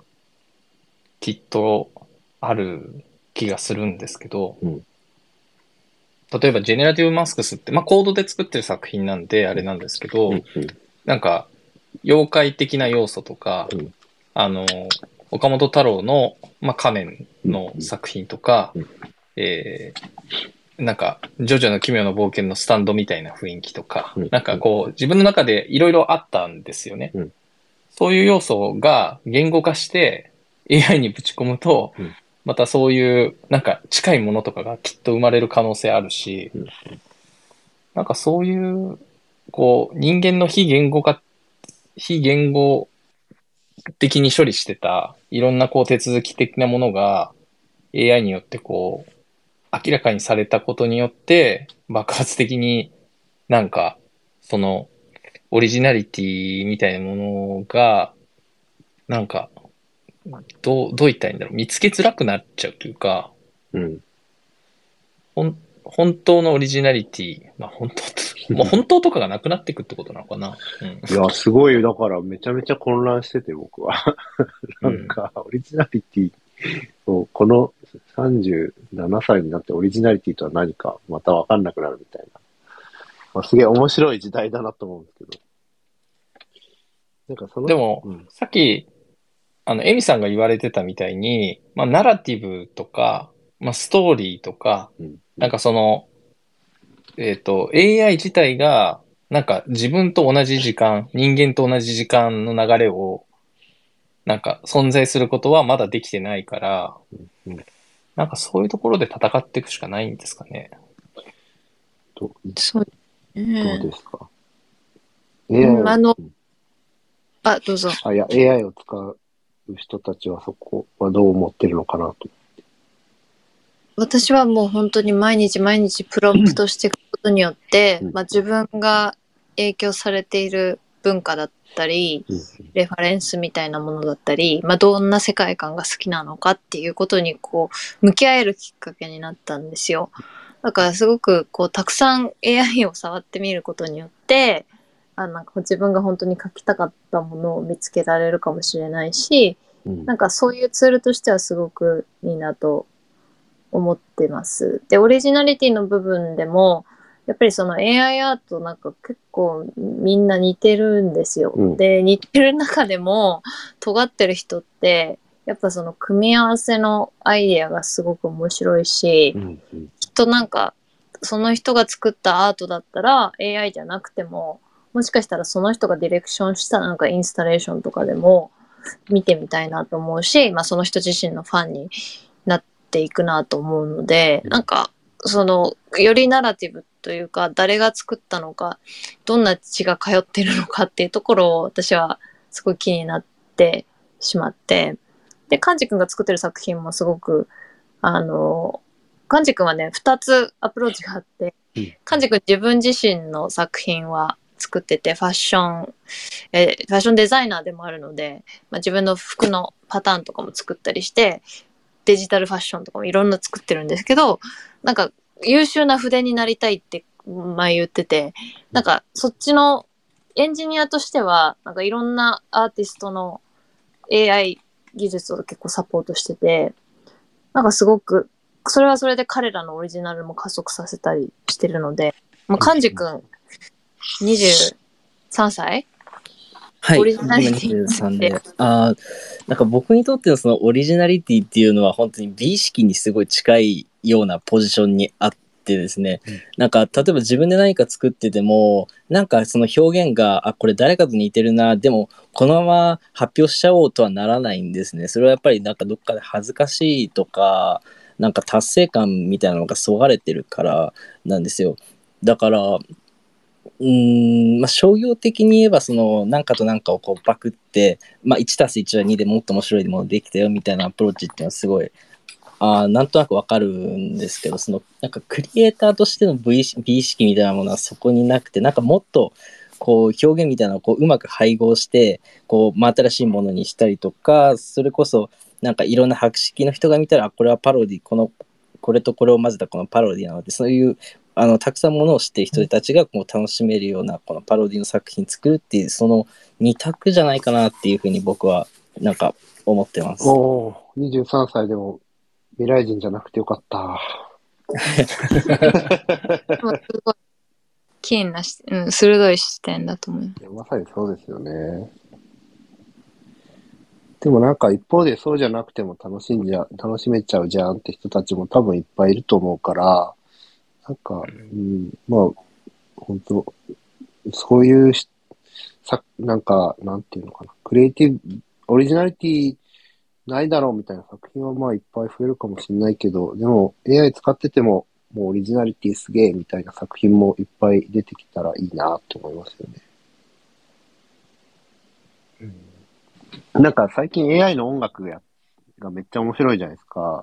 きっとある気がするんですけど、 例えばジェネラティブマスクスって、まあコードで作ってる作品なんであれなんですけど、なんか妖怪的な要素とか、岡本太郎の、まあ、仮面の作品とか、なんか、ジョジョの奇妙な冒険のスタンドみたいな雰囲気とか、なんかこう、自分の中でいろいろあったんですよね。そういう要素が言語化して AI にぶち込むと、またそういうなんか近いものとかがきっと生まれる可能性あるし、なんかそういう、こう、人間の非言語的に処理してたいろんなこう手続き的なものが AI によってこう、明らかにされたことによって爆発的になんかそのオリジナリティみたいなものがなんかどう言ったらいいんだろう、見つけづらくなっちゃうというか、本当のオリジナリティ、まあ本当とかがなくなっていくってことなのかな。 いや、すごい、だからめちゃめちゃ混乱してて、僕は。なんか、オリジナリティこの37歳になってオリジナリティとは何か、またわかんなくなるみたいな。まあ、すげえ面白い時代だなと思うんですけど。 でも、さっき、エミさんが言われてたみたいに、まあ、ナラティブとか、まあ、ストーリーとか、なんかその、AI 自体が、なんか自分と同じ時間、人間と同じ時間の流れを、なんか存在することはまだできてないから、なんかそういうところで戦っていくしかないんですかね。 そう。 どうですか、 どうぞ。 いや、AI を使う人たちはそこはどう思ってるのかなと。 私はもう本当に毎日毎日プロンプトしていくことによって、まあ、自分が影響されている文化だったり、レファレンスみたいなものだったり、まあ、どんな世界観が好きなのかっていうことにこう向き合えるきっかけになったんですよ。だからすごくこうたくさん AI を触ってみることによってなんか自分が本当に書きたかったものを見つけられるかもしれないし、なんかそういうツールとしてはすごくいいなと思ってます。で、オリジナリティの部分でも、やっぱりその AI アートなんか結構みんな似てるんですよ。で、似てる中でも尖ってる人って、やっぱその組み合わせのアイデアがすごく面白いし、きっとなんかその人が作ったアートだったら AI じゃなくても、もしかしたらその人がディレクションしたなんかインスタレーションとかでも見てみたいなと思うし、まあその人自身のファンになっていくなと思うので、なんかそのよりナラティブというか誰が作ったのか、どんな血が通ってるのかっていうところを私はすごい気になってしまって、でカンジ君が作ってる作品もすごくカンジ君はね2つアプローチがあって、カンジ君自分自身の作品は作っててファッションデザイナーでもあるので、まあ、自分の服のパターンとかも作ったりしてデジタルファッションとかもいろんな作ってるんですけど、なんか優秀な筆になりたいって前言ってて、なんかそっちのエンジニアとしてはなんかいろんなアーティストの AI 技術を結構サポートしてて、なんかすごくそれはそれで彼らのオリジナルも加速させたりしてるので、まあ、カンジ君23歳はい、 オリジナリティ 23で。なんか僕にとってのそのオリジナリティっていうのは本当に美意識にすごい近いようなポジションにあってですね、なんか例えば自分で何か作ってても、なんかその表現が、これ誰かと似てるな、でもこのまま発表しちゃおうとはならないんですね。それはやっぱりなんかどっかで恥ずかしいとか、なんか達成感みたいなのがそがれてるからなんですよ。だからまあ、商業的に言えばその何かと何かをこうパクって、まあ、1+1 は2でもっと面白いものできたよみたいなアプローチっていうのはすごいなんとなくわかるんですけど、そのなんかクリエイターとしての美意識みたいなものはそこになくて、なんかもっとこう表現みたいなのをこううまく配合してこう、真新しいものにしたりとか、それこそなんかいろんな博識の人が見たらこれはパロディ、これとこれを混ぜたこのパロディなので、そういうたくさんものを知っている人たちがこう楽しめるようなこのパロディの作品作るっていう、その二択じゃないかなっていうふうに僕はなんか思ってます。 23歳でも未来人じゃなくてよかった。 もすごい鋭い視点だと思う。 いやまさにそうですよね。でもなんか一方でそうじゃなくても楽しめちゃうじゃんって人たちも多分いっぱいいると思うから、なんか、まあ、本当そういうなんか、なんていうのかな、クリエイティブ、オリジナリティないだろうみたいな作品はまあいっぱい増えるかもしれないけど、でも AI 使っててももうオリジナリティすげえみたいな作品もいっぱい出てきたらいいなって思いますよね。なんか最近 AI の音楽がめっちゃ面白いじゃないですか。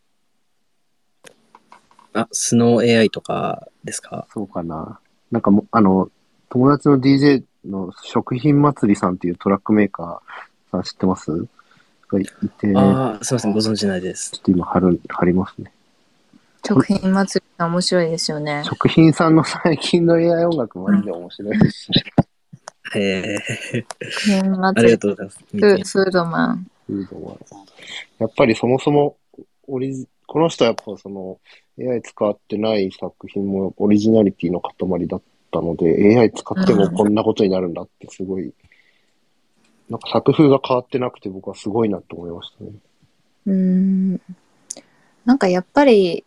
スノー AI とかですか？ そうかな。なんか友達の DJ の食品祭りさんっていうトラックメーカーさん知ってますがいて、 すみません、ご存知ないです。 ちょっと今貼りますね。 食品祭りが面白いですよね。 食品さんの最近の AI 音楽マジで面白いですね。 食品あり祭り、 がとうございます。 フードマン。 やっぱりそもそもこの人はやっぱその AI 使ってない作品もオリジナリティの塊だったので、AI 使ってもこんなことになるんだってすごい、なんか作風が変わってなくて僕はすごいなと思いましたね。 なんかやっぱり、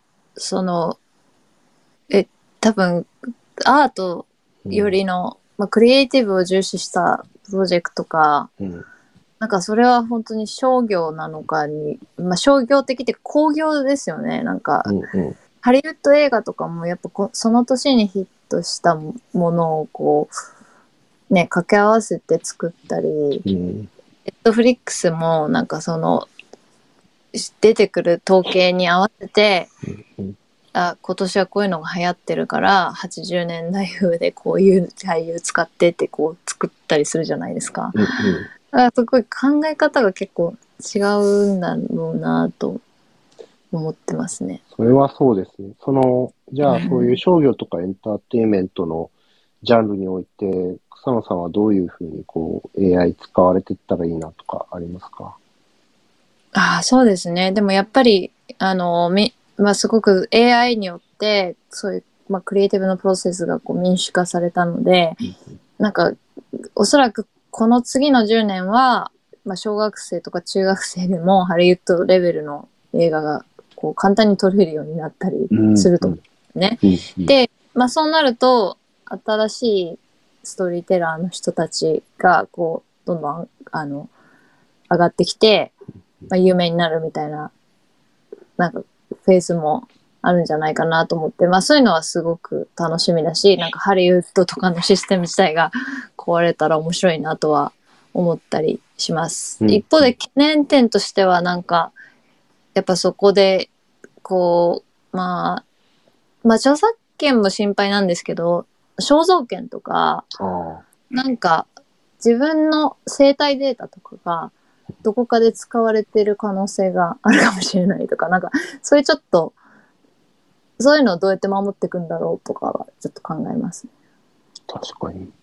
多分、アートよりの、クリエイティブを重視したプロジェクトか、なんかそれは本当に商業なのかに、商業的って興行ですよね。なんか、ハリウッド映画とかもやっぱその年にヒットしたものをこう、ね、掛け合わせて作ったり、ネットフリックスもなんか出てくる統計に合わせて、今年はこういうのが流行ってるから80年代風でこういう俳優使ってってこう作ったりするじゃないですか。だからすごい考え方が結構違うんだろうなと思ってますね。 それはそうですね。じゃあそういう商業とかエンターテインメントのジャンルにおいて、草野さんはどういうふうにこう AI 使われていったらいいなとかありますか？ そうですね。でもやっぱりすごく AI によってそういう、クリエイティブのプロセスがこう民主化されたので、なんかおそらくこの次の10年は、小学生とか中学生でもハリウッドレベルの映画がこう簡単に撮れるようになったりすると思うんですね。で、そうなると新しいストーリーテラーの人たちがこうどんどん上がってきて、有名になるみたいななんかフェーズもあるんじゃないかなと思って、そういうのはすごく楽しみだし、なんかハリウッドとかのシステム自体が壊れたら面白いなとは思ったりします。一方で懸念点としてはなんかやっぱそこでこう著作権も心配なんですけど、肖像権とかなんか自分の生体データとかがどこかで使われてる可能性があるかもしれないとか、なんかそういうちょっとそういうのをどうやって守っていくんだろうとかはちょっと考えますね。 確かに。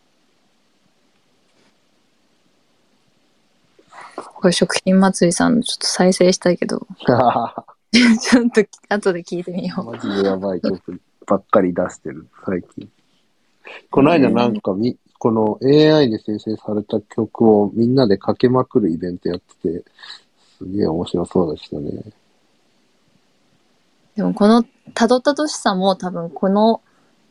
これ食品祭りさんのちょっと再生したいけどちょっと後で聞いてみよう。 マジでやばい曲ばっかり出してる最近。この間なんかこの AI で生成された曲をみんなでかけまくるイベントやってて、すげえ面白そうでしたね。 でもこのたどたどしさも多分この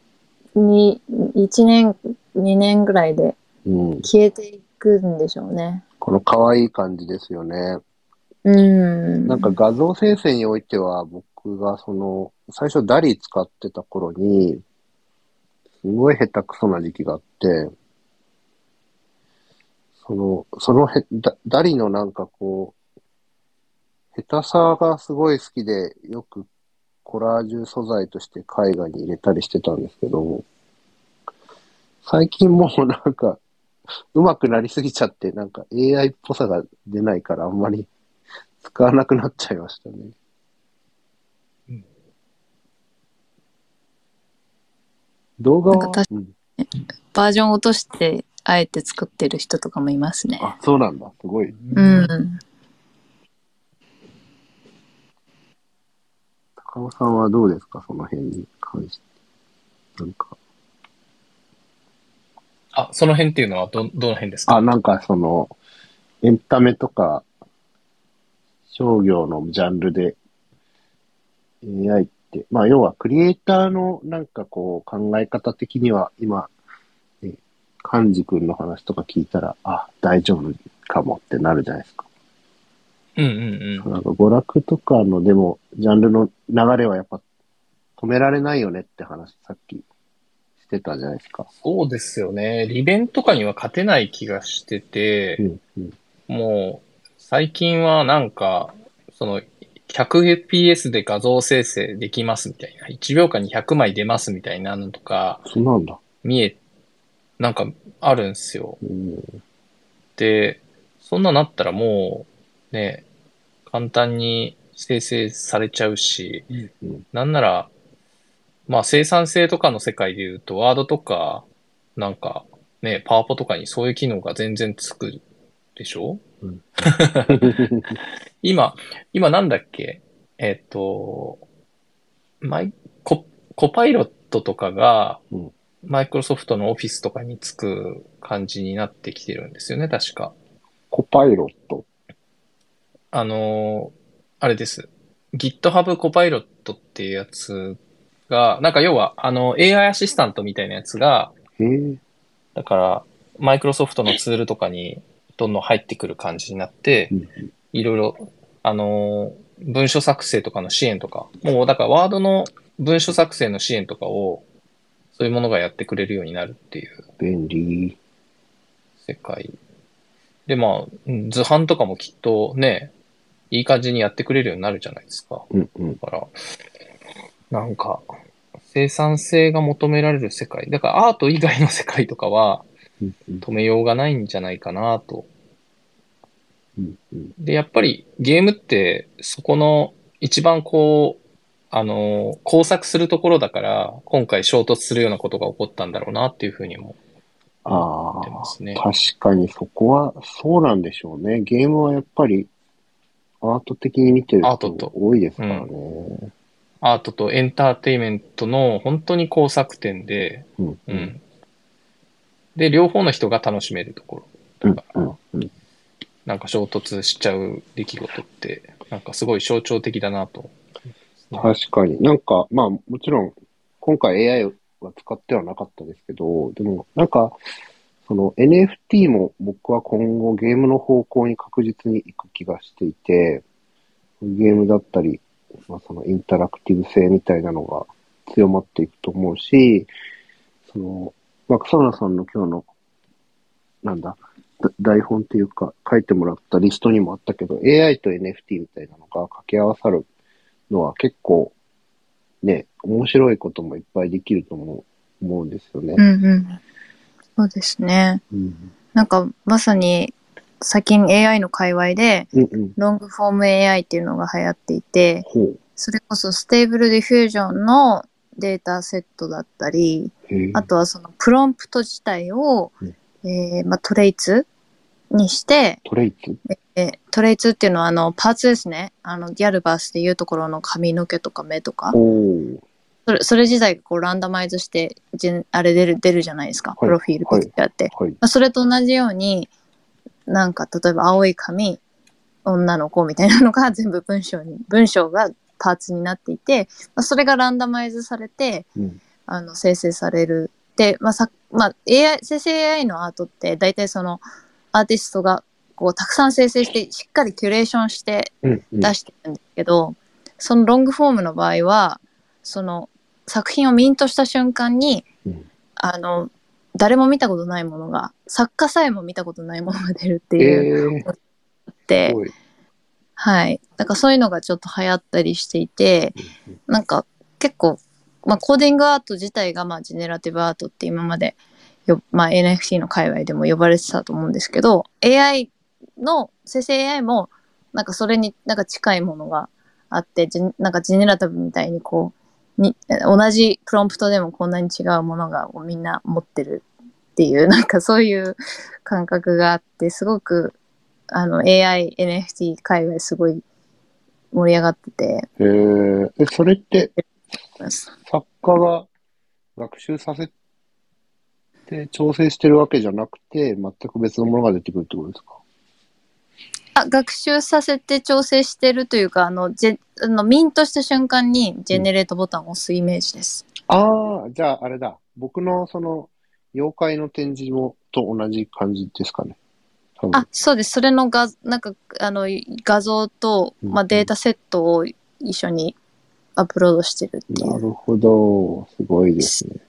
1年、2年ぐらいで消えていくんでしょうね。 この可愛い感じですよね。なんか画像生成においては僕が最初ダリー使ってた頃に、すごい下手くそな時期があって、ダリのなんかこう、下手さがすごい好きで、よくコラージュ素材として絵画に入れたりしてたんですけど、最近もうなんか、上手くなりすぎちゃって、なんか AI っぽさが出ないからあんまり使わなくなっちゃいましたね。動画は、 バージョン落としてあえて作ってる人とかもいますね。 そうなんだ。すごい。 高尾さんはどうですか、その辺に関して。なんか。 あ、その辺っていうのはどの辺ですか？ なんかエンタメとか商業のジャンルで AI って、まあ要はクリエイターのなんかこう考え方的には今、ね、カンジ君の話とか聞いたら、大丈夫かもってなるじゃないですか。 うんうんうん。 なんか娯楽とかのでもジャンルの流れはやっぱ止められないよねって話さっきしてたじゃないですか。 そうですよね。利便とかには勝てない気がしてうて、 んうん。 もう最近はなんか、その 100fps で画像生成できますみたいな、1秒間に100枚出ますみたいなのとか、 そうなんだ。 なんかあるんですよ。 うん。 で、そんななったらもうね、簡単に生成されちゃうし、 うんなんなら、まあ生産性とかの世界で言うと、ワードとか、なんかね、パワポとかにそういう機能が全然つくでしょ？ うん。 今、今なんだっけ？えっと、マイ、コ、コパイロットとかが、 うん。 マイクロソフトのオフィスとかにつく感じになってきてるんですよね、確か。 コパイロット。 あのあれです。GitHub コパイロットっていうやつが、なんか要は、AI アシスタントみたいなやつが、 へえ。 だから、マイクロソフトのツールとかにどんどん入ってくる感じになって、 うんいろいろ、文書作成とかの支援とか、もうだからワードの文書作成の支援とかを、そういうものがやってくれるようになるっていう便利。 世界。で、まあ、図版とかもきっとね、いい感じにやってくれるようになるじゃないですか。 うんうん。 だから、なんか、生産性が求められる世界。だからアート以外の世界とかはうんうん止めようがないんじゃないかなと。 うんうん。 で、やっぱりゲームってそこの一番こう、工作するところだから、今回衝突するようなことが起こったんだろうなっていうふうにも思ってますね。 確かにそこはそうなんでしょうね。ゲームはやっぱりアート的に見てる人アートと、 多いですからうん。 ね。 アートとエンターテイメントの本当に工作点で、 うんうん。 うん。で、両方の人が楽しめるところうんだから、 うんうん。 なんか衝突しちゃう出来事って、なんかすごい象徴的だなと。 確かに。なんか、まあもちろん、今回 AI は使ってはなかったですけど、でもなんか、その NFT も僕は今後ゲームの方向に確実に行く気がしていて、ゲームだったり、まあ、そのインタラクティブ性みたいなのが強まっていくと思うし、まあ、草野さんの今日の、なんだ、台本っていうか書いてもらったリストにもあったけど、AI と NFT みたいなのが掛け合わさるのは結構ね、面白いこともいっぱいできると思うんですよね。 うんうん。そうですね。 うんなんかまさに最近 AI の界隈でうんうん。 ロングフォーム AI っていうのが流行っていて、 ほう。 それこそステーブルディフュージョンのデータセットだったり、 へえ。 あとはそのプロンプト自体を、 うんまあ、トレイツにして、 トレイツトレイツっていうのはパーツですね。ギャルバースでいうところの髪の毛とか目とか。 おー。 それ自体がこうランダマイズしてあれ出るじゃないですか。 はいプロフィールピクチャーって。 はい。 まあ、それと同じように、なんか例えば青い髪、女の子みたいなのが全部文章がパーツになっていて、まあ、それがランダマイズされて、 うん。 生成される。で、AI、生成 AI のアートって大体そのアーティストがこうたくさん生成してしっかりキュレーションしてうんうん。 出してるんですけど、そのロングフォームの場合は、その作品をミントした瞬間に、 うん誰も見たことないものが、作家さえも見たことないものが出るっていうすで、 ごい。 はい。だからそういうのがちょっと流行ったりしていて、なんか結構、まあコーディングアート自体がまあジェネラティブアートって今までまあ NFT の界隈でも呼ばれてたと思うんですけど、AI の、生成 AI もなんかそれになんか近いものがあって、なんかジェネラティブみたいにこう、同じプロンプトでもこんなに違うものがみんな持ってるっていう、なんかそういう感覚があって、すごくAI、NFT 界隈すごい盛り上がってて、 それって、作家が学習させて調整してるわけじゃなくて、全く別のものが出てくるってことですか？ 学習させて調整してるというか、ミントした瞬間にジェネレートボタンを押すイメージです。 ああ、じゃああれだ。僕のその、妖怪の展示もと同じ感じですかね。 そうです。それのなんか、画像と、データセットを一緒にアップロードしてるっていう。 なるほど。すごいですね。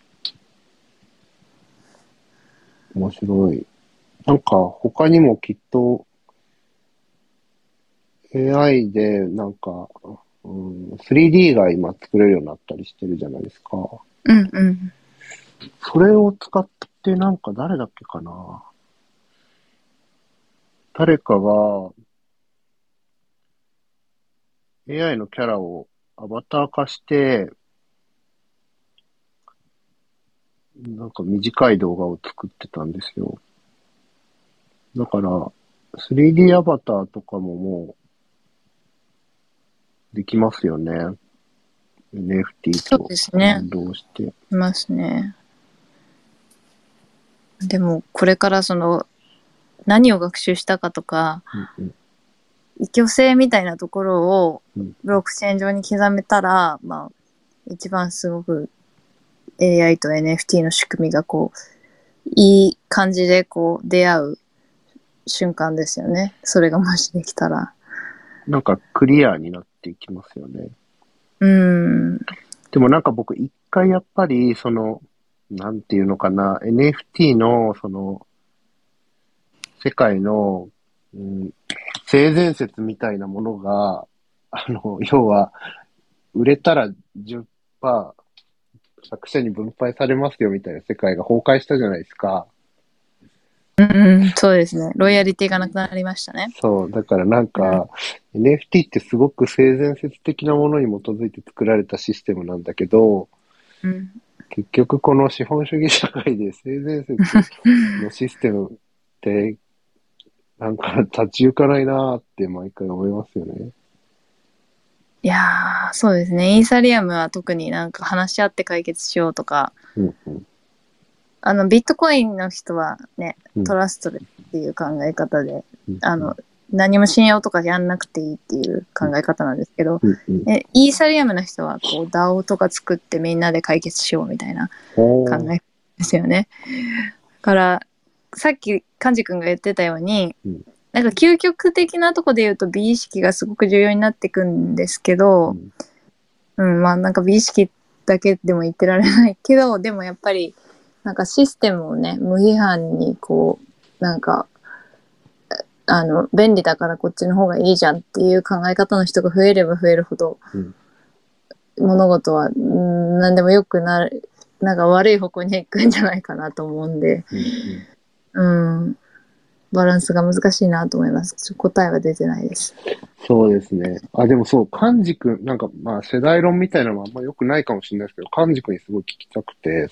面白い。なんか、他にもきっと、AI で、なんか、3D が今作れるようになったりしてるじゃないですか。 うんうん。 それを使ってなんか誰だっけかな。誰かが AI のキャラをアバター化して、なんか短い動画を作ってたんですよ。だから、3D アバターとかももうできますよね。NFT と連動して。 いますね。でも、これから何を学習したかとか、異居性みたいなところをブロックチェーン上に刻めたら、一番すごく AI と NFT の仕組みがいい感じで出会う瞬間ですよね。それがもしできたら。 なんかクリアになっていきますよね。でもなんか僕一回やっぱりなんていうのかな、NFT の世界の、性善説みたいなものが、要は、売れたら10%作者に分配されますよみたいな世界が崩壊したじゃないですか。 そうですね。ロイヤリティがなくなりましたね。 そう、だからなんか、NFT ってすごく性善説的なものに基づいて作られたシステムなんだけど、結局この資本主義社会で性善説のシステムってなんか立ち行かないなーって毎回思いますよね。 いやー、そうですね。イーサリアムは特になんか話し合って解決しようとか、ビットコインの人はね、トラストでっていう考え方で、何も信用とかやんなくていいっていう考え方なんですけど、イーサリアムの人はDAO とか作ってみんなで解決しようみたいな考えですよね。だから、さっき幹事くんが言ってたように、なんか究極的なとこで言うと美意識がすごく重要になっていくんですけど、なんか美意識だけでも言ってられないけど、でもやっぱりなんかシステムをね、無批判になんか、便利だからこっちの方がいいじゃんっていう考え方の人が増えれば増えるほど、物事は何でも良くなる、なんか悪い方向に行くんじゃないかなと思うんで、バランスが難しいなと思います。答えは出てないです。 そうですね。でもそう、幹事くん、なんか世代論みたいなのはあんま良くないかもしれないですけど、幹事くんにすごい聞きたくて、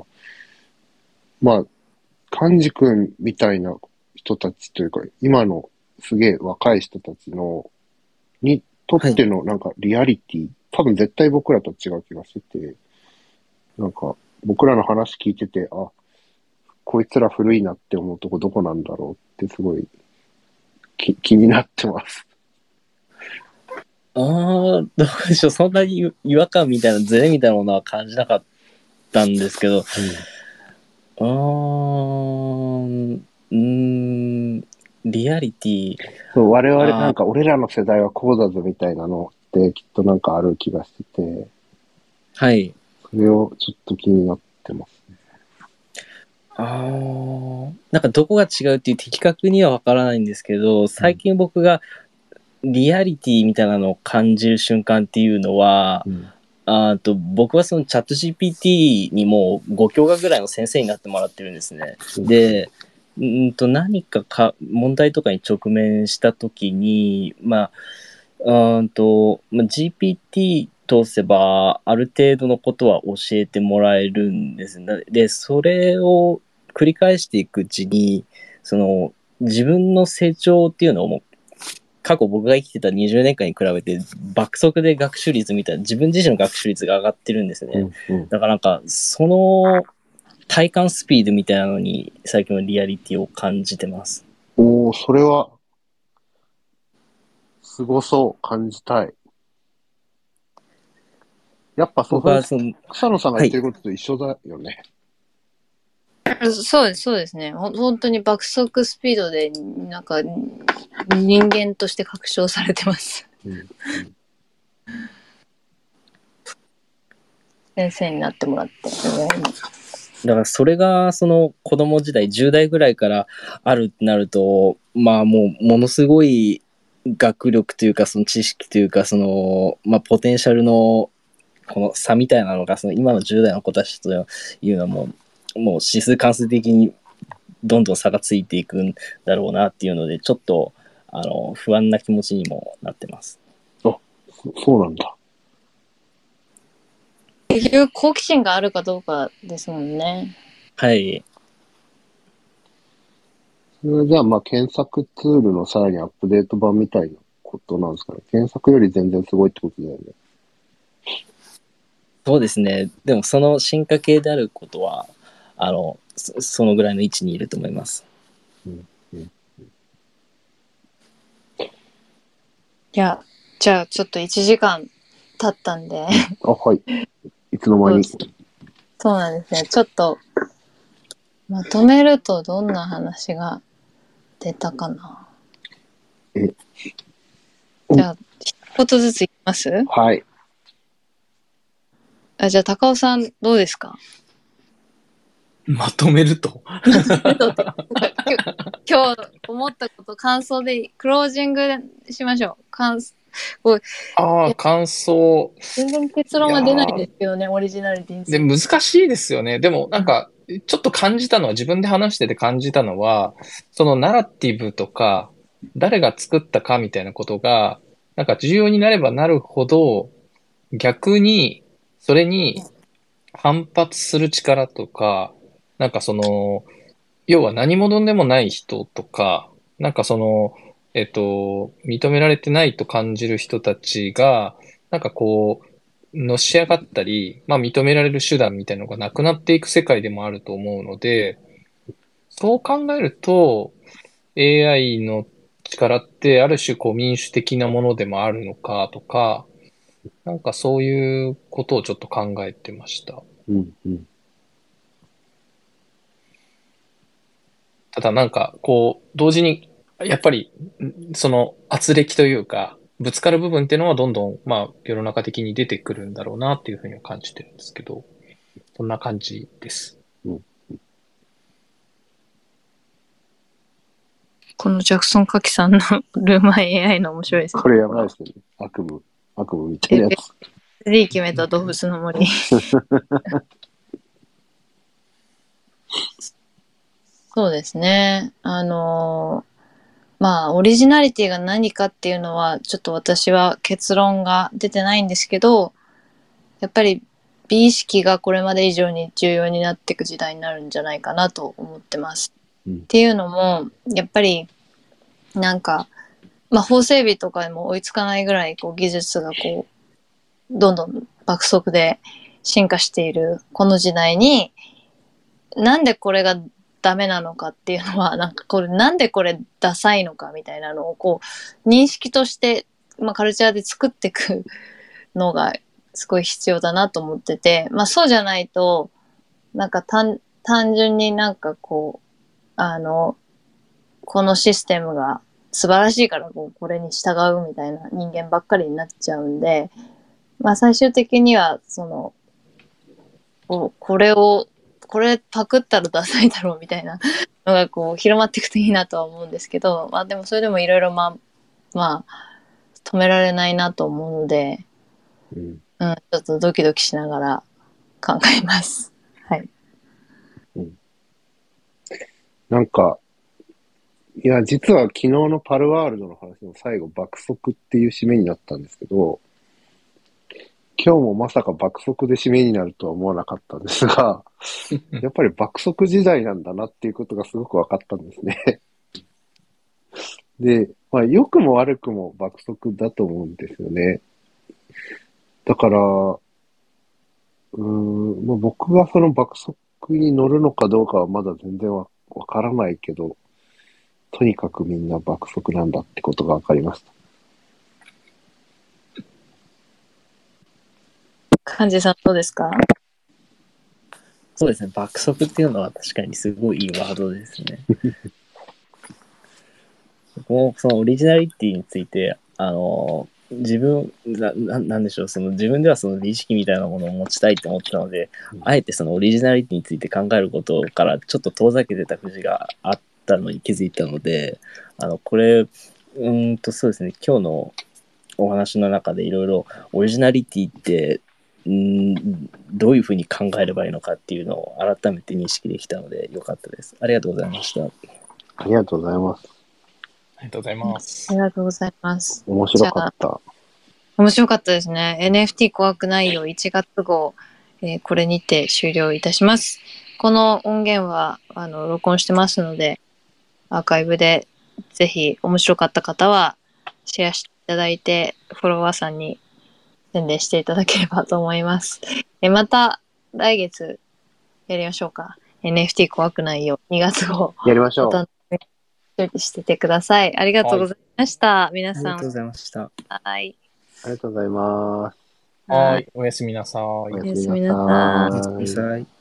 幹事くんみたいな人たちというか、今のすげえ若い人たちにとってのなんかリアリティ、多分絶対僕らと違う気がしてて、なんか僕らの話聞いてて、こいつら古いなって思うとこどこなんだろうってすごい気になってます。 どうでしょう。そんなに違和感みたいなズレみたいなものは感じなかったんですけど、リアリティ。 そう、我々なんか俺らの世代はこうだぞみたいなのってきっとなんかある気がしてて、 はい。 それをちょっと気になってますね。 なんかどこが違うっていう的確にはわからないんですけど、最近僕がリアリティみたいなのを感じる瞬間っていうのは、僕はそのチャット GPT にも5教科ぐらいの先生になってもらってるんですね。で、何か問題とかに直面したときに、GPT 通せばある程度のことは教えてもらえるんです。で、それを繰り返していくうちに、自分の成長っていうのをもう過去僕が生きてた20年間に比べて爆速で学習率みたいな、自分自身の学習率が上がってるんですね。だからなんか、その体感スピードみたいなのに最近のリアリティを感じてます。 おー、それは、すごそう、感じたい。やっぱそう、 僕はその、 草野さんが言ってることと一緒だよね。 そうです、そうですね。本当に爆速スピードで、なんか、人間として確証されてます。先生になってもらって。 だからそれがその子供時代10代ぐらいからあるってなると、まあもうものすごい学力というかその知識というかその、まあ、ポテンシャルのこの差みたいなのがその今の10代の子たちというのはもう指数関数的にどんどん差がついていくんだろうなっていうのでちょっと不安な気持ちにもなってます。 あ、そうなんだ。 結局好奇心があるかどうかですもんね。 はい。 それじゃあまあ検索ツールのさらにアップデート版みたいなことなんですかね。検索より全然すごいってことだよね。 そうですね。でもその進化系であることはそのぐらいの位置にいると思います。 じゃあちょっと1時間経ったんであ、はい。いつの間に。 そうなんですね。ちょっとまとめるとどんな話が出たかな。じゃあ一言ずついきます？ はい。 じゃあ高尾さんどうですか？ まとめると今日思ったこと感想でクロージングしましょう。感想。 全然結論は出ないですけどね、オリジナリティについて。 で、難しいですよね。でもなんか、ちょっと感じたのは、自分で話してて感じたのは、そのナラティブとか、誰が作ったかみたいなことが、なんか重要になればなるほど、逆に、それに反発する力とか、なんかその、要は何者でもない人とか、なんかその、認められてないと感じる人たちが、なんかこう、のし上がったり、まあ認められる手段みたいなのがなくなっていく世界でもあると思うので、そう考えると、AI の力ってある種こう民主的なものでもあるのかとか、なんかそういうことをちょっと考えてました。ただなんかこう、同時に、やっぱり、その圧力というか、ぶつかる部分っていうのはどんどん、まあ世の中的に出てくるんだろうなっていうふうには感じてるんですけど、そんな感じです。 このジャクソン・カキさんのルーマ AI の面白いですね。 これやばいですよね。悪夢みたいなやつ。 3決めた動物の森。そうですね。まあ、オリジナリティが何かっていうのは、ちょっと私は結論が出てないんですけど、やっぱり美意識がこれまで以上に重要になっていく時代になるんじゃないかなと思ってます。っていうのも、やっぱり、なんか、まあ、法整備とかでも追いつかないぐらい、こう、技術がこう、どんどん爆速で進化しているこの時代に、なんでこれがダメなのかっていうのは、なんかこれ、なんでこれダサいのかみたいなのをこう、認識として、まあ、カルチャーで作っていくのがすごい必要だなと思ってて、まあ、そうじゃないと、なんか単純になんかこう、このシステムが素晴らしいからこれに従うみたいな人間ばっかりになっちゃうんで、まあ最終的には、その、これパクったらダサいだろうみたいなのがこう広まっていくといいなとは思うんですけど、まあでもそれでもいろいろまあ、止められないなと思うので、ちょっとドキドキしながら考えます。はい。 なんか、いや、実は昨日のパルワールドの話の最後、爆速っていう締めになったんですけど、今日もまさか爆速で締めになるとは思わなかったんですが、やっぱり爆速時代なんだなっていうことがすごく分かったんですね。 で、まあ、良くも悪くも爆速だと思うんですよね。だから、まあ、僕がその爆速に乗るのかどうかはまだ全然わからないけど、とにかくみんな爆速なんだってことが分かりました。 幹事さんどうですか？ そうですね、爆速っていうのは確かにすごいいいワードですね。僕もそのオリジナリティについて、自分なんでしょう、その自分ではその美意識みたいなものを持ちたいと思ってたので、あえてそのオリジナリティについて考えることからちょっと遠ざけてた節があったのに気づいたので、これ、そうですね、今日のお話の中でいろいろオリジナリティってどういうふうに考えればいいのかっていうのを改めて認識できたのでよかったです。ありがとうございました。 ありがとうございます。 ありがとうございます。 ありがとうございます。 面白かった。 面白かったですね。NFT 怖くないよ1月号、これにて終了いたします。この音源は録音してますので、アーカイブでぜひ面白かった方はシェアしていただいて、フォロワーさんに宣伝していただければと思います。また来月やりましょうか。NFT 怖くないよ2月号。 やりましょう。 お楽しみにしててください。ありがとうございました。皆さん。 ありがとうございました。 はい。 ありがとうございます。 はい。おやすみなさい。 おやおやすすみなみなさい。 さおやすみなさい。